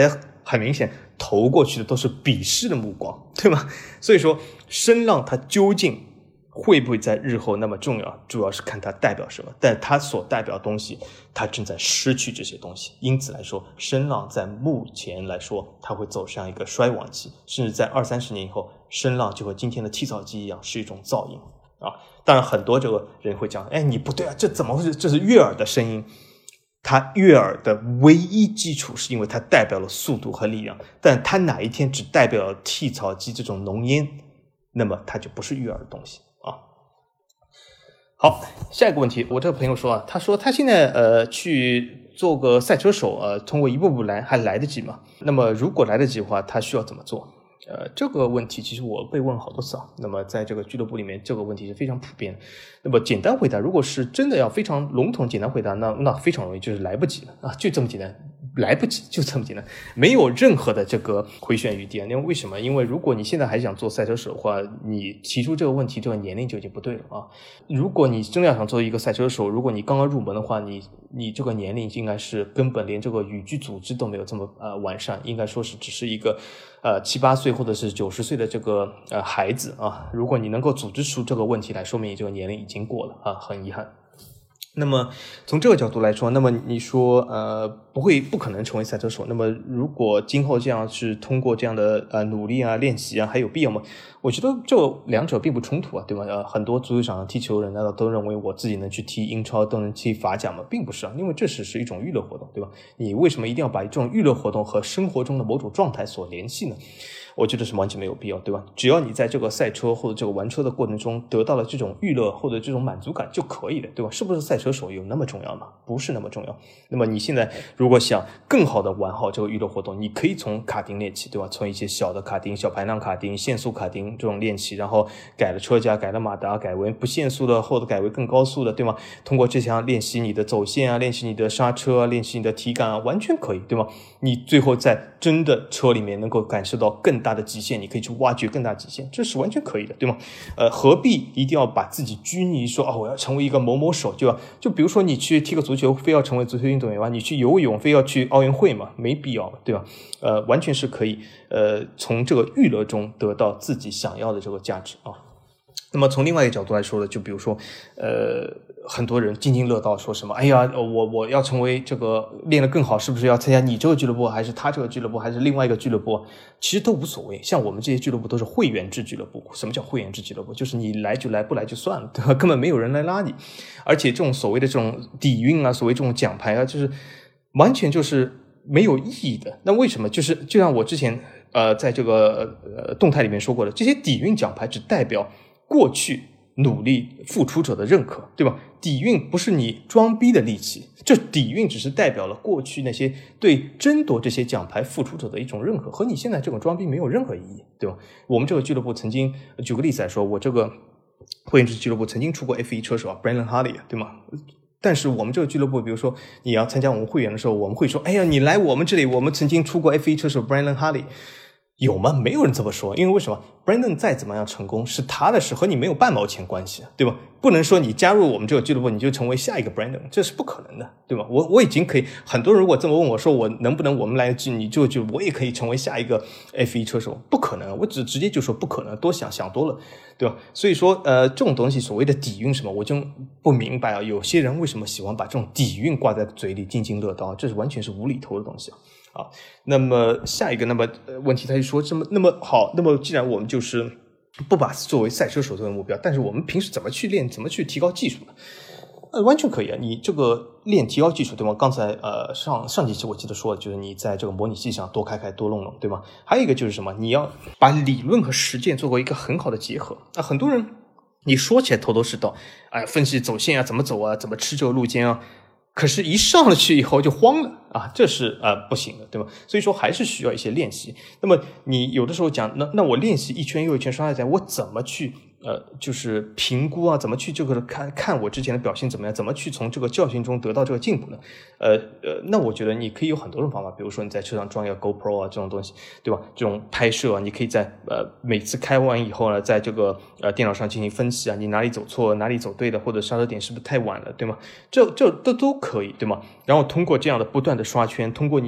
很明显投过去的都是鄙视的目光，对吗？所以说声浪它究竟会不会在日后那么重要，主要是看它代表什么，但它所代表的东西它正在失去这些东西，因此来说声浪在目前来说它会走上一个衰亡期，甚至在二三十年以后声浪就和今天的剃草机一样是一种噪音啊。当然很多这个人会讲，哎，你不对啊，这怎么会是这是悦耳的声音，它悦耳的唯一基础是因为它代表了速度和力量，但它哪一天只代表了剃草机这种浓烟，那么它就不是悦耳的东西啊。好，下一个问题，我这个朋友说啊，他说他现在呃去做个赛车手，呃，通过一步步来还来得及吗？那么如果来得及的话，他需要怎么做？呃，这个问题其实我被问好多次啊。那么在这个俱乐部里面，这个问题是非常普遍的。那么简单回答，如果是真的要非常笼统简单回答，那那非常容易，就是来不及了啊，就这么简单。来不及，就这么简单，没有任何的这个回旋余地啊！因为为什么？因为如果你现在还想做赛车手的话，你提出这个问题，这个年龄就已经不对了啊！如果你真的要想做一个赛车手，如果你刚刚入门的话，你你这个年龄应该是根本连这个语句组织都没有这么呃完善，应该说是只是一个呃七八岁或者是九十岁的这个呃孩子啊！如果你能够组织出这个问题来，说明你这个年龄已经过了啊，很遗憾。那么从这个角度来说，那么你说呃不会不可能成为赛车手，那么如果今后这样是通过这样的呃努力啊练习啊还有必要吗？我觉得这两者并不冲突啊，对吧？呃很多足球场上踢球人难道都认为我自己能去踢英超都能踢法甲吗？并不是啊，因为这只是一种娱乐活动，对吧？你为什么一定要把这种娱乐活动和生活中的某种状态所联系呢？我觉得是完全没有必要，对吧？只要你在这个赛车或者这个玩车的过程中得到了这种娱乐或者这种满足感就可以了，对吧？是不是赛车手有那么重要吗？不是那么重要。那么你现在如果想更好的玩好这个娱乐活动，你可以从卡丁练起，对吧？从一些小的卡丁、小排量卡丁、限速卡丁这种练起，然后改了车架、改了马达，改为不限速的或者改为更高速的，对吗？通过这项练习你的走线啊，练习你的刹车啊，练习你的体感啊，完全可以，对吗？你最后在真的车里面能够感受到更大的极限，你可以去挖掘更大极限，这是完全可以的，对吗？呃，何必一定要把自己拘泥说哦，我要成为一个某某手，就要就比如说你去踢个足球，非要成为足球运动员吗？你去游泳，非要去奥运会吗？没必要，对吧？呃，完全是可以呃从这个娱乐中得到自己想要的这个价值啊。那么从另外一个角度来说呢，就比如说呃很多人津津乐道说什么，哎呀我我要成为这个练得更好，是不是要参加你这个俱乐部还是他这个俱乐部还是另外一个俱乐部，其实都无所谓。像我们这些俱乐部都是会员制俱乐部。什么叫会员制俱乐部？就是你来就来，不来就算了，对吧？根本没有人来拉你。而且这种所谓的这种底蕴啊，所谓这种奖牌啊，就是完全就是没有意义的。那为什么？就是就像我之前呃在这个呃动态里面说过的，这些底蕴奖牌只代表过去努力付出者的认可，对吧？底蕴不是你装逼的利器，这底蕴只是代表了过去那些对争夺这些奖牌付出者的一种认可，和你现在这种装逼没有任何意义，对吧？我们这个俱乐部曾经举个例子来说，我这个会员制俱乐部曾经出过 F 一 车手啊 Brandon Hartley， 对吗？但是我们这个俱乐部，比如说你要参加我们会员的时候，我们会说，哎呀，你来我们这里，我们曾经出过 F 一 车手 Brandon Hartley。有吗？没有人这么说，因为为什么 Brandon 再怎么样成功是他的事，和你没有半毛钱关系，对吧？不能说你加入我们这个俱乐部你就成为下一个 Brandon， 这是不可能的，对吧？我我已经可以，很多人如果这么问我说我能不能我们来你就就我也可以成为下一个 F 一 车手，不可能，我只直接就说不可能，多想想多了，对吧？所以说呃这种东西所谓的底蕴什么，我就不明白啊，有些人为什么喜欢把这种底蕴挂在嘴里津津乐道，这是完全是无厘头的东西啊。啊，那么下一个，那么问题他就说，这么那么好，那么既然我们就是不把作为赛车手作为目标，但是我们平时怎么去练，怎么去提高技术呢？呃，完全可以啊，你这个练提高技术，对吗？刚才呃上上几期我记得说，就是你在这个模拟器上多开开多弄弄，对吗？还有一个就是什么，你要把理论和实践做过一个很好的结合啊。很多人你说起来头头是道，哎，分析走线啊，怎么走啊，怎么吃这个路肩啊。可是一上了去以后就慌了啊，这是呃不行的，对吧？所以说还是需要一些练习。那么你有的时候讲，那那我练习一圈又一圈上下载，我怎么去呃就是评估啊？怎么去这个看看我之前的表现怎么样？怎么去从这个教训中得到这个进步呢？呃呃，那我觉得你可以有很多种方法，比如说你在车上装一个 GoPro 啊这种东西，对吧？这种拍摄啊，你可以在呃每次开完以后呢，在这个呃电脑上进行分析啊，你哪里走错，哪里走对的，或者刹车点是不是太晚了，对吗？这这都都可以，对吗？然后通过这样的不断的刷圈，通过你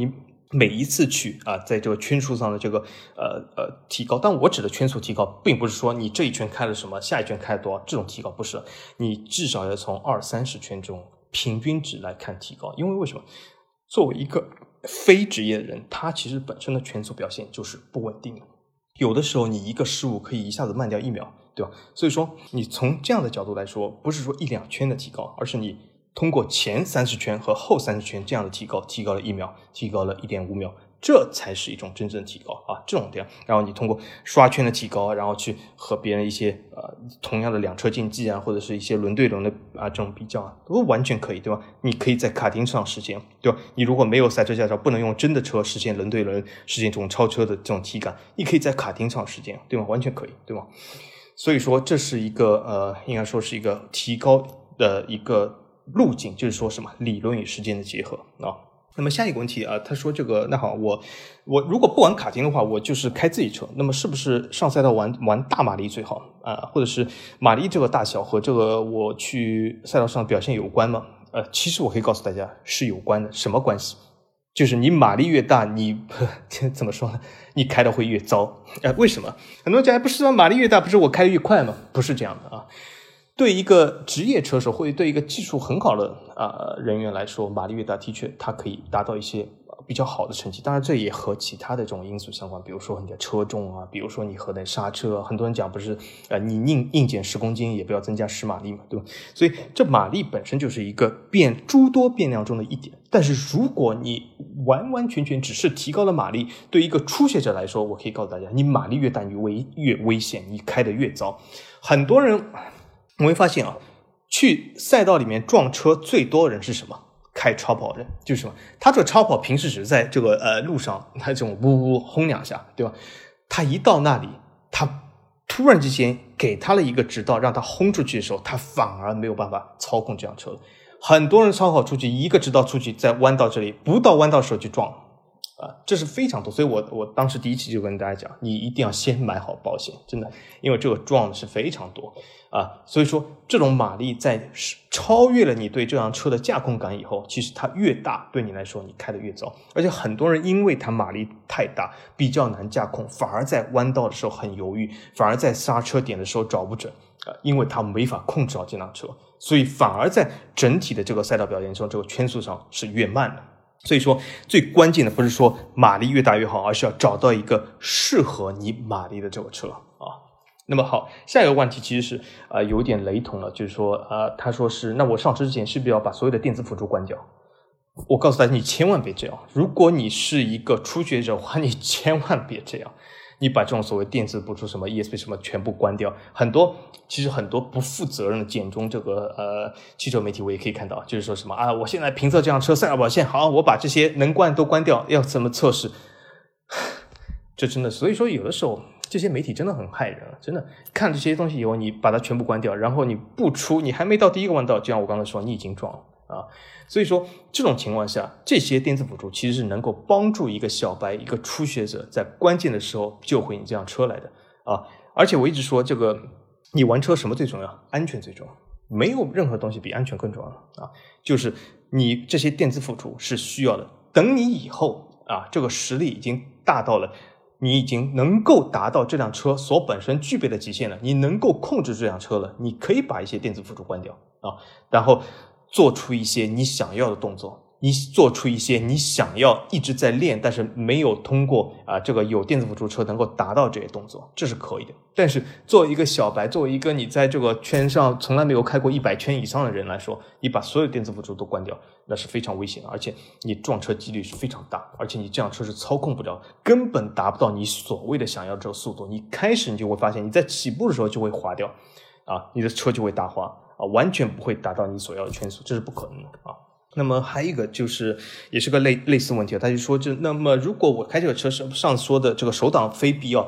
每一次去啊，在这个圈数上的这个呃呃提高，但我指的圈数提高，并不是说你这一圈开了什么，下一圈开了多少，这种提高不是，你至少要从二三十圈中平均值来看提高。因为为什么？作为一个非职业的人，他其实本身的圈速表现就是不稳定的，有的时候你一个失误可以一下子慢掉一秒，对吧？所以说你从这样的角度来说，不是说一两圈的提高，而是你通过前三十圈和后三十圈这样的提高，提高了一秒，提高了一点五秒，这才是一种真正的提高啊！这种这样，然后你通过刷圈的提高，然后去和别人一些呃同样的两车竞技啊，或者是一些轮对轮的啊这种比较啊，都完全可以，对吧？你可以在卡丁车上实现，对吧？你如果没有赛车驾照，不能用真的车实现轮对轮，实现这种超车的这种体感，你可以在卡丁上实现，对吗？完全可以，对吗？所以说这是一个呃，应该说是一个提高的一个路径，就是说什么理论与实践的结合啊。那么下一个问题啊，他说这个那好，我我如果不玩卡丁的话，我就是开自己车，那么是不是上赛道玩玩大马力最好啊？或者是马力这个大小和这个我去赛道上表现有关吗？呃，其实我可以告诉大家是有关的。什么关系？就是你马力越大，你怎么说呢？你开的会越糟。呃，为什么？很多人讲不是说马力越大，不是我开的越快吗？不是这样的啊。对一个职业车手或者对一个技术很好的呃人员来说，马力越大的确它可以达到一些比较好的成绩。当然这也和其他的这种因素相关，比如说你的车重啊，比如说你和那刹车啊，很多人讲不是呃你硬硬减十公斤也不要增加十马力嘛，对吧？所以这马力本身就是一个变诸多变量中的一点。但是如果你完完全全只是提高了马力，对一个初学者来说，我可以告诉大家，你马力越大你危越危险，你开得越糟。很多人我会发现啊，去赛道里面撞车最多的人是什么？开超跑的人，就是什么？他这个超跑平时只是在这个呃路上，他这种呜呜轰两下，对吧？他一到那里，他突然之间给他了一个直道，让他轰出去的时候，他反而没有办法操控这辆车了。很多人超跑出去，一个直道出去，在弯道这里不到弯道的时候就撞了。啊，这是非常多，所以我我当时第一期就跟大家讲，你一定要先买好保险，真的，因为这个撞的是非常多啊。所以说，这种马力在超越了你对这辆车的驾控感以后，其实它越大，对你来说你开得越糟。而且很多人因为它马力太大，比较难驾控，反而在弯道的时候很犹豫，反而在刹车点的时候找不准啊，因为他没法控制好这辆车，所以反而在整体的这个赛道表现中，这个圈速上是越慢的。所以说最关键的不是说马力越大越好，而是要找到一个适合你马力的这个车啊。那么好，下一个问题其实是呃有点雷同了，就是说呃他说是那我上车之前是不是要把所有的电子辅助关掉？我告诉大家，你千万别这样。如果你是一个初学者的话，你千万别这样。你把这种所谓电子辅助什么 E S P 什么全部关掉，很多其实很多不负责任的简中这个呃汽车媒体我也可以看到，就是说什么啊，我现在评测这辆车赛道表现好，我把这些能关都关掉，要怎么测试？这真的，所以说有的时候这些媒体真的很害人，真的看这些东西以后，你把它全部关掉，然后你不出，你还没到第一个弯道，就像我刚才说，你已经撞了啊。所以说这种情况下，这些电子辅助其实是能够帮助一个小白一个初学者在关键的时候救回你这辆车来的啊。而且我一直说这个你玩车什么最重要？安全最重要，没有任何东西比安全更重要了啊。就是你这些电子辅助是需要的，等你以后啊这个实力已经大到了你已经能够达到这辆车所本身具备的极限了，你能够控制这辆车了，你可以把一些电子辅助关掉啊，然后做出一些你想要的动作，你做出一些你想要一直在练但是没有通过啊这个有电子辅助车能够达到这些动作，这是可以的。但是作为一个小白，作为一个你在这个圈上从来没有开过一百圈以上的人来说，你把所有电子辅助都关掉，那是非常危险的，而且你撞车几率是非常大，而且你这辆车是操控不了，根本达不到你所谓的想要这个速度。你开始你就会发现你在起步的时候就会滑掉啊，你的车就会打滑啊，完全不会达到你所要的圈速，这是不可能的啊。那么还有一个就是也是个类类似问题，他就说这那么如果我开这个车上次说的这个手挡非必要，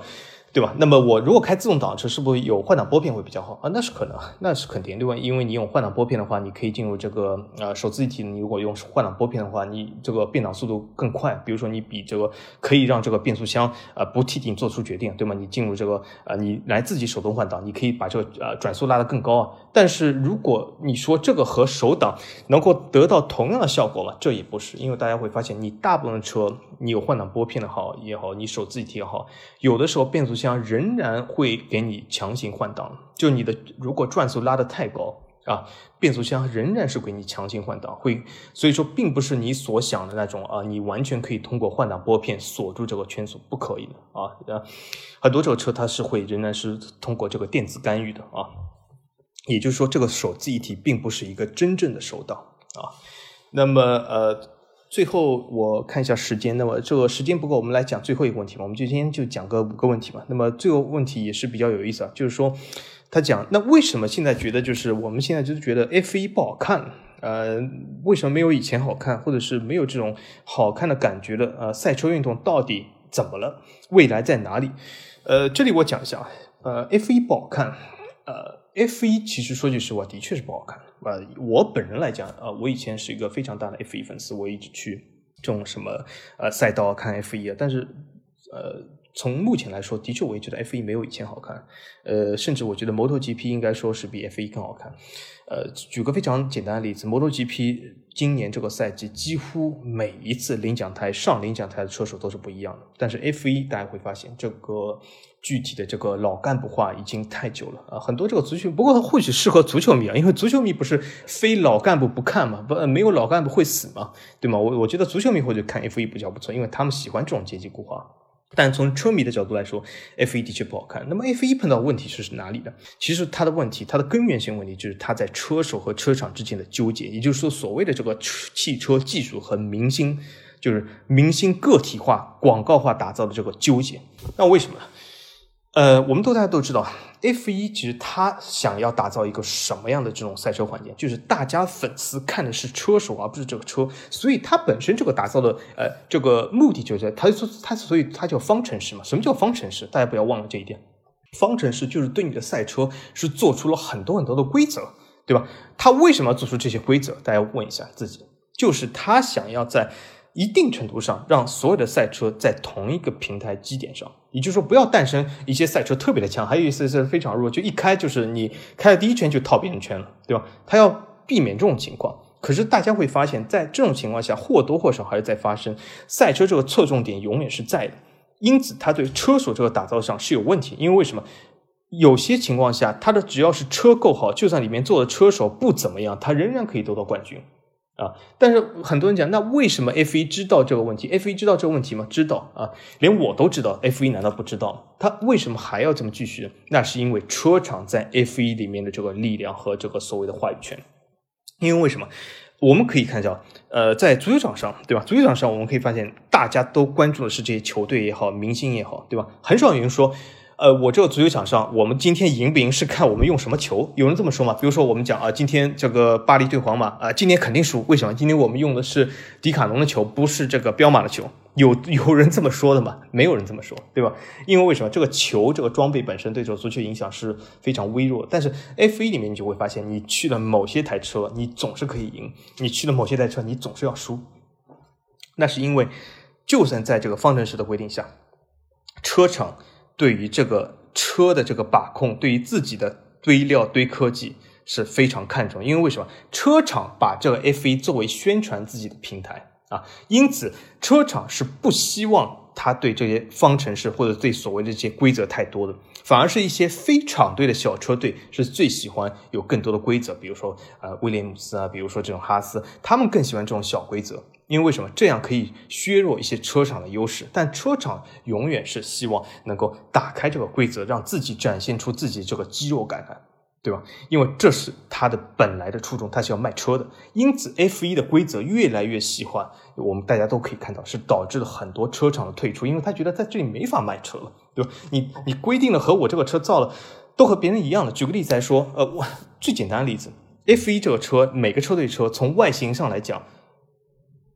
对吧？那么我如果开自动挡车，是不是有换挡拨片会比较好啊？那是可能，那是肯定，对吧？因为你用换挡拨片的话，你可以进入这个呃手自一体，你如果用换挡拨片的话，你这个变档速度更快。比如说你比这个可以让这个变速箱呃不替你做出决定，对吗？你进入这个呃你来自己手动换挡，你可以把这个呃转速拉得更高啊。但是如果你说这个和手挡能够得到同样的效果吗？这也不是，因为大家会发现，你大部分的车，你有换挡拨片的好也好，你手自一体也好，有的时候变速箱仍然会给你强行换挡，就你的如果转速拉得太高啊，变速箱仍然是给你强行换挡，会所以说并不是你所想的那种啊，你完全可以通过换挡拨片锁住这个圈速，不可以的啊。很多这个车它是会仍然是通过这个电子干预的啊，也就是说这个手自一体并不是一个真正的手挡啊。那么呃。最后我看一下时间，那么这个时间不够，我们来讲最后一个问题嘛，我们就今天就讲个五个问题嘛。那么最后问题也是比较有意思啊，就是说他讲那为什么现在觉得就是我们现在就是觉得 F 一 不好看，呃，为什么没有以前好看，或者是没有这种好看的感觉了？呃，赛车运动到底怎么了？未来在哪里？呃，这里我讲一下，呃 ，F 一 不好看，呃 ，F 一 其实说句实话，的确是不好看。呃，我本人来讲，呃，我以前是一个非常大的 F 一 粉丝，我一直去这种什么呃赛道看 F 一 啊，但是呃，从目前来说，的确我也觉得 F 一 没有以前好看，呃，甚至我觉得 MotoGP 应该说是比 F 一 更好看。呃，举个非常简单的例子 ，MotoGP 今年这个赛季几乎每一次领奖台上领奖台的车手都是不一样的，但是 F 一 大家会发现这个具体的这个老干部化已经太久了啊，很多这个足球，不过或许适合足球迷啊，因为足球迷不是非老干部不看嘛，不没有老干部会死嘛，对吗？我我觉得足球迷或者看 F 一 比较不错，因为他们喜欢这种阶级固化。但从车迷的角度来说 F 一 的确不好看。那么 F 一 碰到问题是哪里呢？其实它的问题，它的根源性问题就是它在车手和车厂之间的纠结，也就是说所谓的这个汽车技术和明星，就是明星个体化广告化打造的这个纠结。那为什么呢？呃，我们都大家都知道 F 一 其实他想要打造一个什么样的这种赛车环境，就是大家粉丝看的是车手而不是这个车，所以它本身这个打造的呃这个目的就是它它所以它叫方程式嘛。什么叫方程式？大家不要忘了这一点。方程式就是对你的赛车是做出了很多很多的规则，对吧？他为什么要做出这些规则？大家问一下自己，就是他想要在一定程度上让所有的赛车在同一个平台基点上，也就是说不要诞生一些赛车特别的强，还有一些是非常弱，就一开就是你开了第一圈就套别人圈了，对吧？他要避免这种情况。可是大家会发现在这种情况下或多或少还是在发生，赛车这个侧重点永远是在的，因此他对车手这个打造上是有问题。因为为什么？有些情况下他的只要是车够好，就算里面坐的车手不怎么样，他仍然可以得到冠军啊，但是很多人讲，那为什么 F 一 知道这个问题 ？F 一 知道这个问题吗？知道啊，连我都知道 ，F 一 难道不知道吗？他为什么还要这么继续？那是因为车厂在 F 一 里面的这个力量和这个所谓的话语权。因为为什么？我们可以看一下，呃，在足球场上，对吧？足球场上我们可以发现，大家都关注的是这些球队也好，明星也好，对吧？很少有人说。呃，我这个足球场上，我们今天赢不赢是看我们用什么球。有人这么说吗？比如说我们讲啊，今天这个巴黎对皇马啊，今天肯定输。为什么？今天我们用的是迪卡侬的球，不是这个彪马的球。有有人这么说的吗？没有人这么说，对吧？因为为什么？这个球这个装备本身对这个足球影响是非常微弱的。但是 F 一 里面你就会发现，你去了某些台车，你总是可以赢；你去了某些台车，你总是要输。那是因为，就算在这个方程式的规定下，车厂对于这个车的这个把控，对于自己的堆料堆科技是非常看重。因为为什么？车厂把这个 F 一 作为宣传自己的平台啊，因此车厂是不希望他对这些方程式或者对所谓的这些规则太多的，反而是一些非厂队的小车队是最喜欢有更多的规则，比如说呃威廉姆斯啊，比如说这种哈斯，他们更喜欢这种小规则。因为为什么？这样可以削弱一些车厂的优势，但车厂永远是希望能够打开这个规则，让自己展现出自己这个肌肉感来，对吧？因为这是它的本来的初衷，它是要卖车的。因此 F 一 的规则越来越细化，我们大家都可以看到，是导致了很多车厂的退出，因为他觉得在这里没法卖车了，对吧？你你规定了和我这个车造了都和别人一样的。举个例子来说，呃，我最简单的例子 ，F 一 这个车，每个车队车从外形上来讲，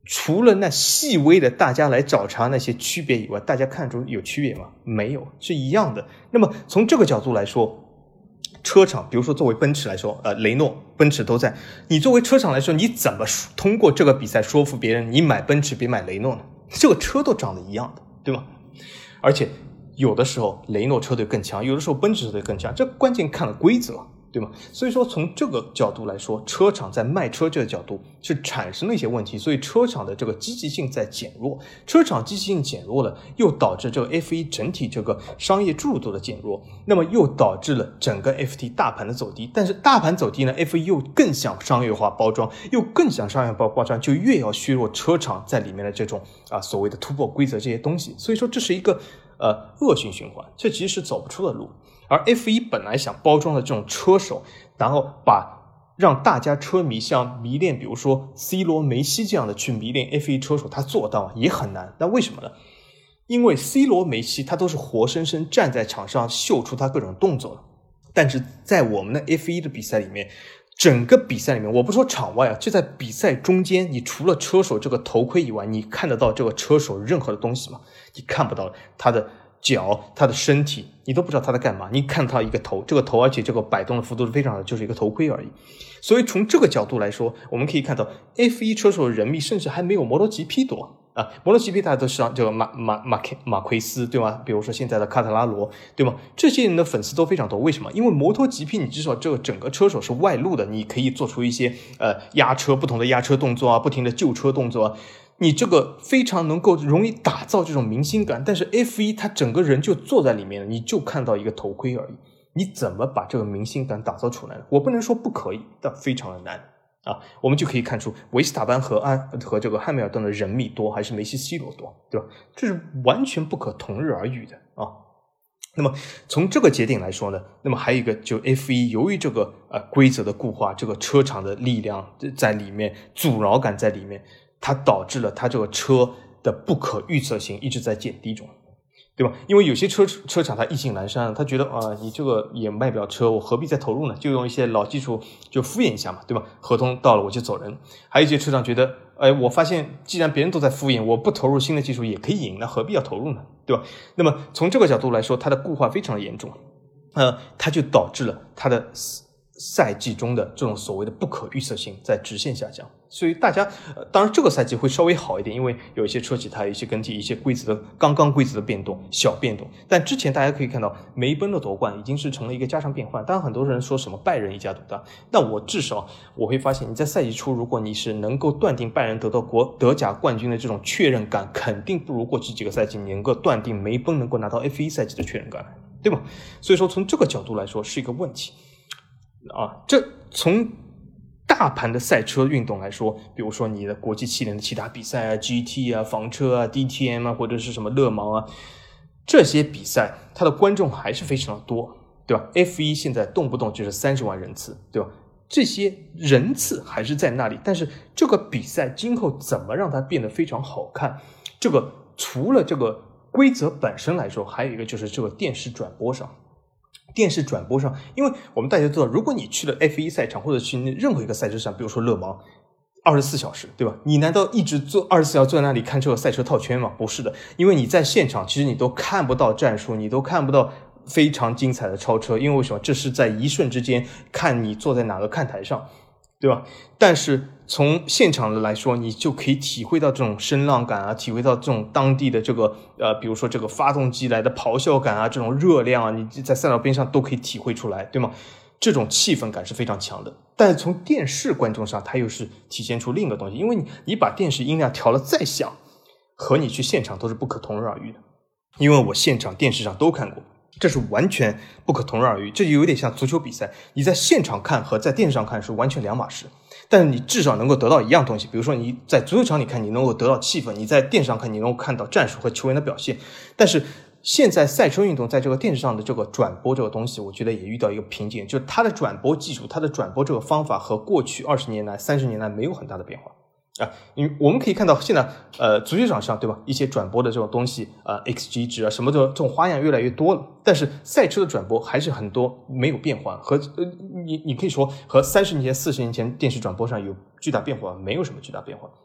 除了那细微的大家来找茬那些区别以外，大家看出有区别吗？没有，是一样的。那么从这个角度来说，车厂比如说作为奔驰来说，呃，雷诺、奔驰都在，你作为车厂来说，你怎么通过这个比赛说服别人你买奔驰别买雷诺呢？这个车都长得一样的，对吗？而且有的时候雷诺车队更强，有的时候奔驰车队更强，这关键看了规则，对吗？所以说从这个角度来说，车厂在卖车这个角度是产生了一些问题，所以车厂的这个积极性在减弱，车厂积极性减弱了，又导致这个 F 一 整体这个商业注入度的减弱，那么又导致了整个 F 一 大盘的走低。但是大盘走低呢， F 一 又更想商业化包装，又更想商业化包装，就越要削弱车厂在里面的这种啊所谓的突破规则这些东西。所以说这是一个呃恶性循环，这其实是走不出的路。而 F 一 本来想包装的这种车手，然后把让大家车迷像迷恋比如说 C 罗、梅西这样的去迷恋 F 一 车手，他做到也很难。那为什么呢？因为 C 罗、梅西他都是活生生站在场上秀出他各种动作的，但是在我们的 F 一 的比赛里面，整个比赛里面，我不说场外啊，就在比赛中间，你除了车手这个头盔以外，你看得到这个车手任何的东西吗？你看不到他的脚，他的身体，你都不知道他在干嘛。你看他一个头，这个头而且这个摆动的幅度是非常的，就是一个头盔而已。所以从这个角度来说，我们可以看到 F 一 车手的人密甚至还没有摩托 G P 多啊。摩托 G P 大家都知道这个马马马马奎斯，对吗？比如说现在的卡特拉罗，对吗？这些人的粉丝都非常多。为什么？因为摩托 G P 你至少这个整个车手是外露的，你可以做出一些呃压车不同的压车动作啊，不停的救车动作啊，你这个非常能够容易打造这种明星感。但是 F 一 他整个人就坐在里面了，你就看到一个头盔而已，你怎么把这个明星感打造出来呢？我不能说不可以，但非常的难啊。我们就可以看出维斯塔潘和安和这个汉密尔顿的人密多还是梅西 C 罗多，对吧？这是完全不可同日而语的啊。那么从这个节点来说呢，那么还有一个就 F 一 由于这个呃规则的固化，这个车厂的力量在里面，阻挠感在里面，它导致了它这个车的不可预测性一直在减低中，对吧？因为有些车车厂它意兴阑珊，他觉得啊、呃，你这个也卖不了车，我何必再投入呢？就用一些老技术就敷衍一下嘛，对吧？合同到了我就走人。还有一些车厂觉得，哎，我发现既然别人都在敷衍，我不投入新的技术也可以赢，那何必要投入呢？对吧？那么从这个角度来说，它的固化非常的严重，呃，它就导致了它的赛季中的这种所谓的不可预测性在直线下降。所以大家、呃、当然这个赛季会稍微好一点，因为有一些车企它有一些更替，一些规则的刚刚规则的变动，小变动。但之前大家可以看到梅奔的夺冠已经是成了一个家常便饭。当然很多人说什么拜仁一家独大，但我至少我会发现你在赛季初，如果你是能够断定拜仁得到国德甲冠军的这种确认感，肯定不如过去几个赛季你能够断定梅奔能够拿到 F 一 赛季的确认感，对吗？所以说从这个角度来说是一个问题啊。这从大盘的赛车运动来说，比如说你的国际汽联的其他比赛啊 G T 啊房车啊 D T M 啊或者是什么勒芒啊，这些比赛它的观众还是非常的多，对吧？ F 一 现在动不动就是三十万人次，对吧？这些人次还是在那里，但是这个比赛今后怎么让它变得非常好看，这个除了这个规则本身来说，还有一个就是这个电视转播上电视转播上，因为我们大家都知道，如果你去了 F 一 赛场或者去任何一个赛车上，比如说勒芒二十四小时，对吧？你难道一直坐二十四小时坐在那里看这个赛车套圈吗？不是的，因为你在现场其实你都看不到战术，你都看不到非常精彩的超车，因为为什么？这是在一瞬之间看你坐在哪个看台上，对吧？但是从现场的来说，你就可以体会到这种声浪感啊，体会到这种当地的这个呃，比如说这个发动机来的咆哮感啊，这种热量啊，你在赛道边上都可以体会出来，对吗？这种气氛感是非常强的。但是从电视观众上，它又是体现出另一个东西，因为你你把电视音量调了再响，和你去现场都是不可同日而语的。因为我现场电视上都看过，这是完全不可同日而语。这就有点像足球比赛，你在现场看和在电视上看是完全两码事，但是你至少能够得到一样东西。比如说你在足球场里看，你能够得到气氛，你在电视上看，你能够看到战术和球员的表现。但是现在赛车运动在这个电视上的这个转播这个东西，我觉得也遇到一个瓶颈，就是它的转播技术，它的转播这个方法和过去二十年来三十年来没有很大的变化啊。因为我们可以看到现在呃足球场上，对吧，一些转播的这种东西啊、呃、X G 值啊什么的这种花样越来越多了，但是赛车的转播还是很多没有变化，和呃你你可以说和三十年前四十年前电视转播上有巨大变化？没有什么巨大变化。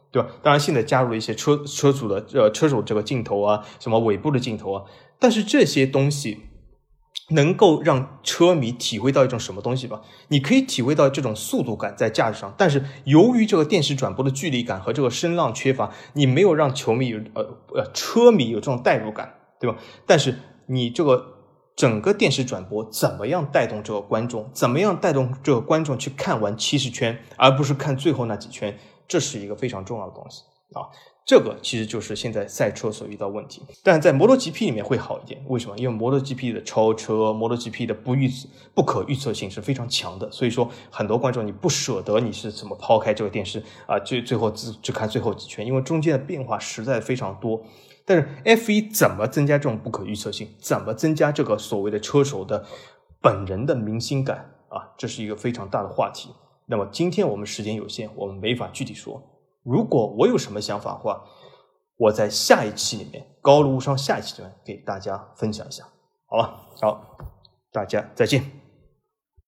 对吧？当然现在加入了一些车车主的呃车手这个镜头啊，什么尾部的镜头啊，但是这些东西能够让车迷体会到一种什么东西吧？你可以体会到这种速度感在驾驶上，但是由于这个电视转播的距离感和这个声浪缺乏，你没有让球迷有呃呃车迷有这种代入感，对吧？但是你这个整个电视转播怎么样带动这个观众？怎么样带动这个观众去看完七十圈，而不是看最后那几圈？这是一个非常重要的东西啊。这个其实就是现在赛车所遇到问题，但在 MotoGP 里面会好一点。为什么？因为 MotoGP 的超车 MotoGP 的不预不可预测性是非常强的，所以说很多观众你不舍得你是怎么抛开这个电视啊，最最后只只看最后几圈，因为中间的变化实在非常多。但是 F 一 怎么增加这种不可预测性，怎么增加这个所谓的车手的本人的明星感啊，这是一个非常大的话题。那么今天我们时间有限，我们没法具体说。如果我有什么想法的话，我在下一期里面高卢无双下一期里面给大家分享一下，好吧？好，大家再见。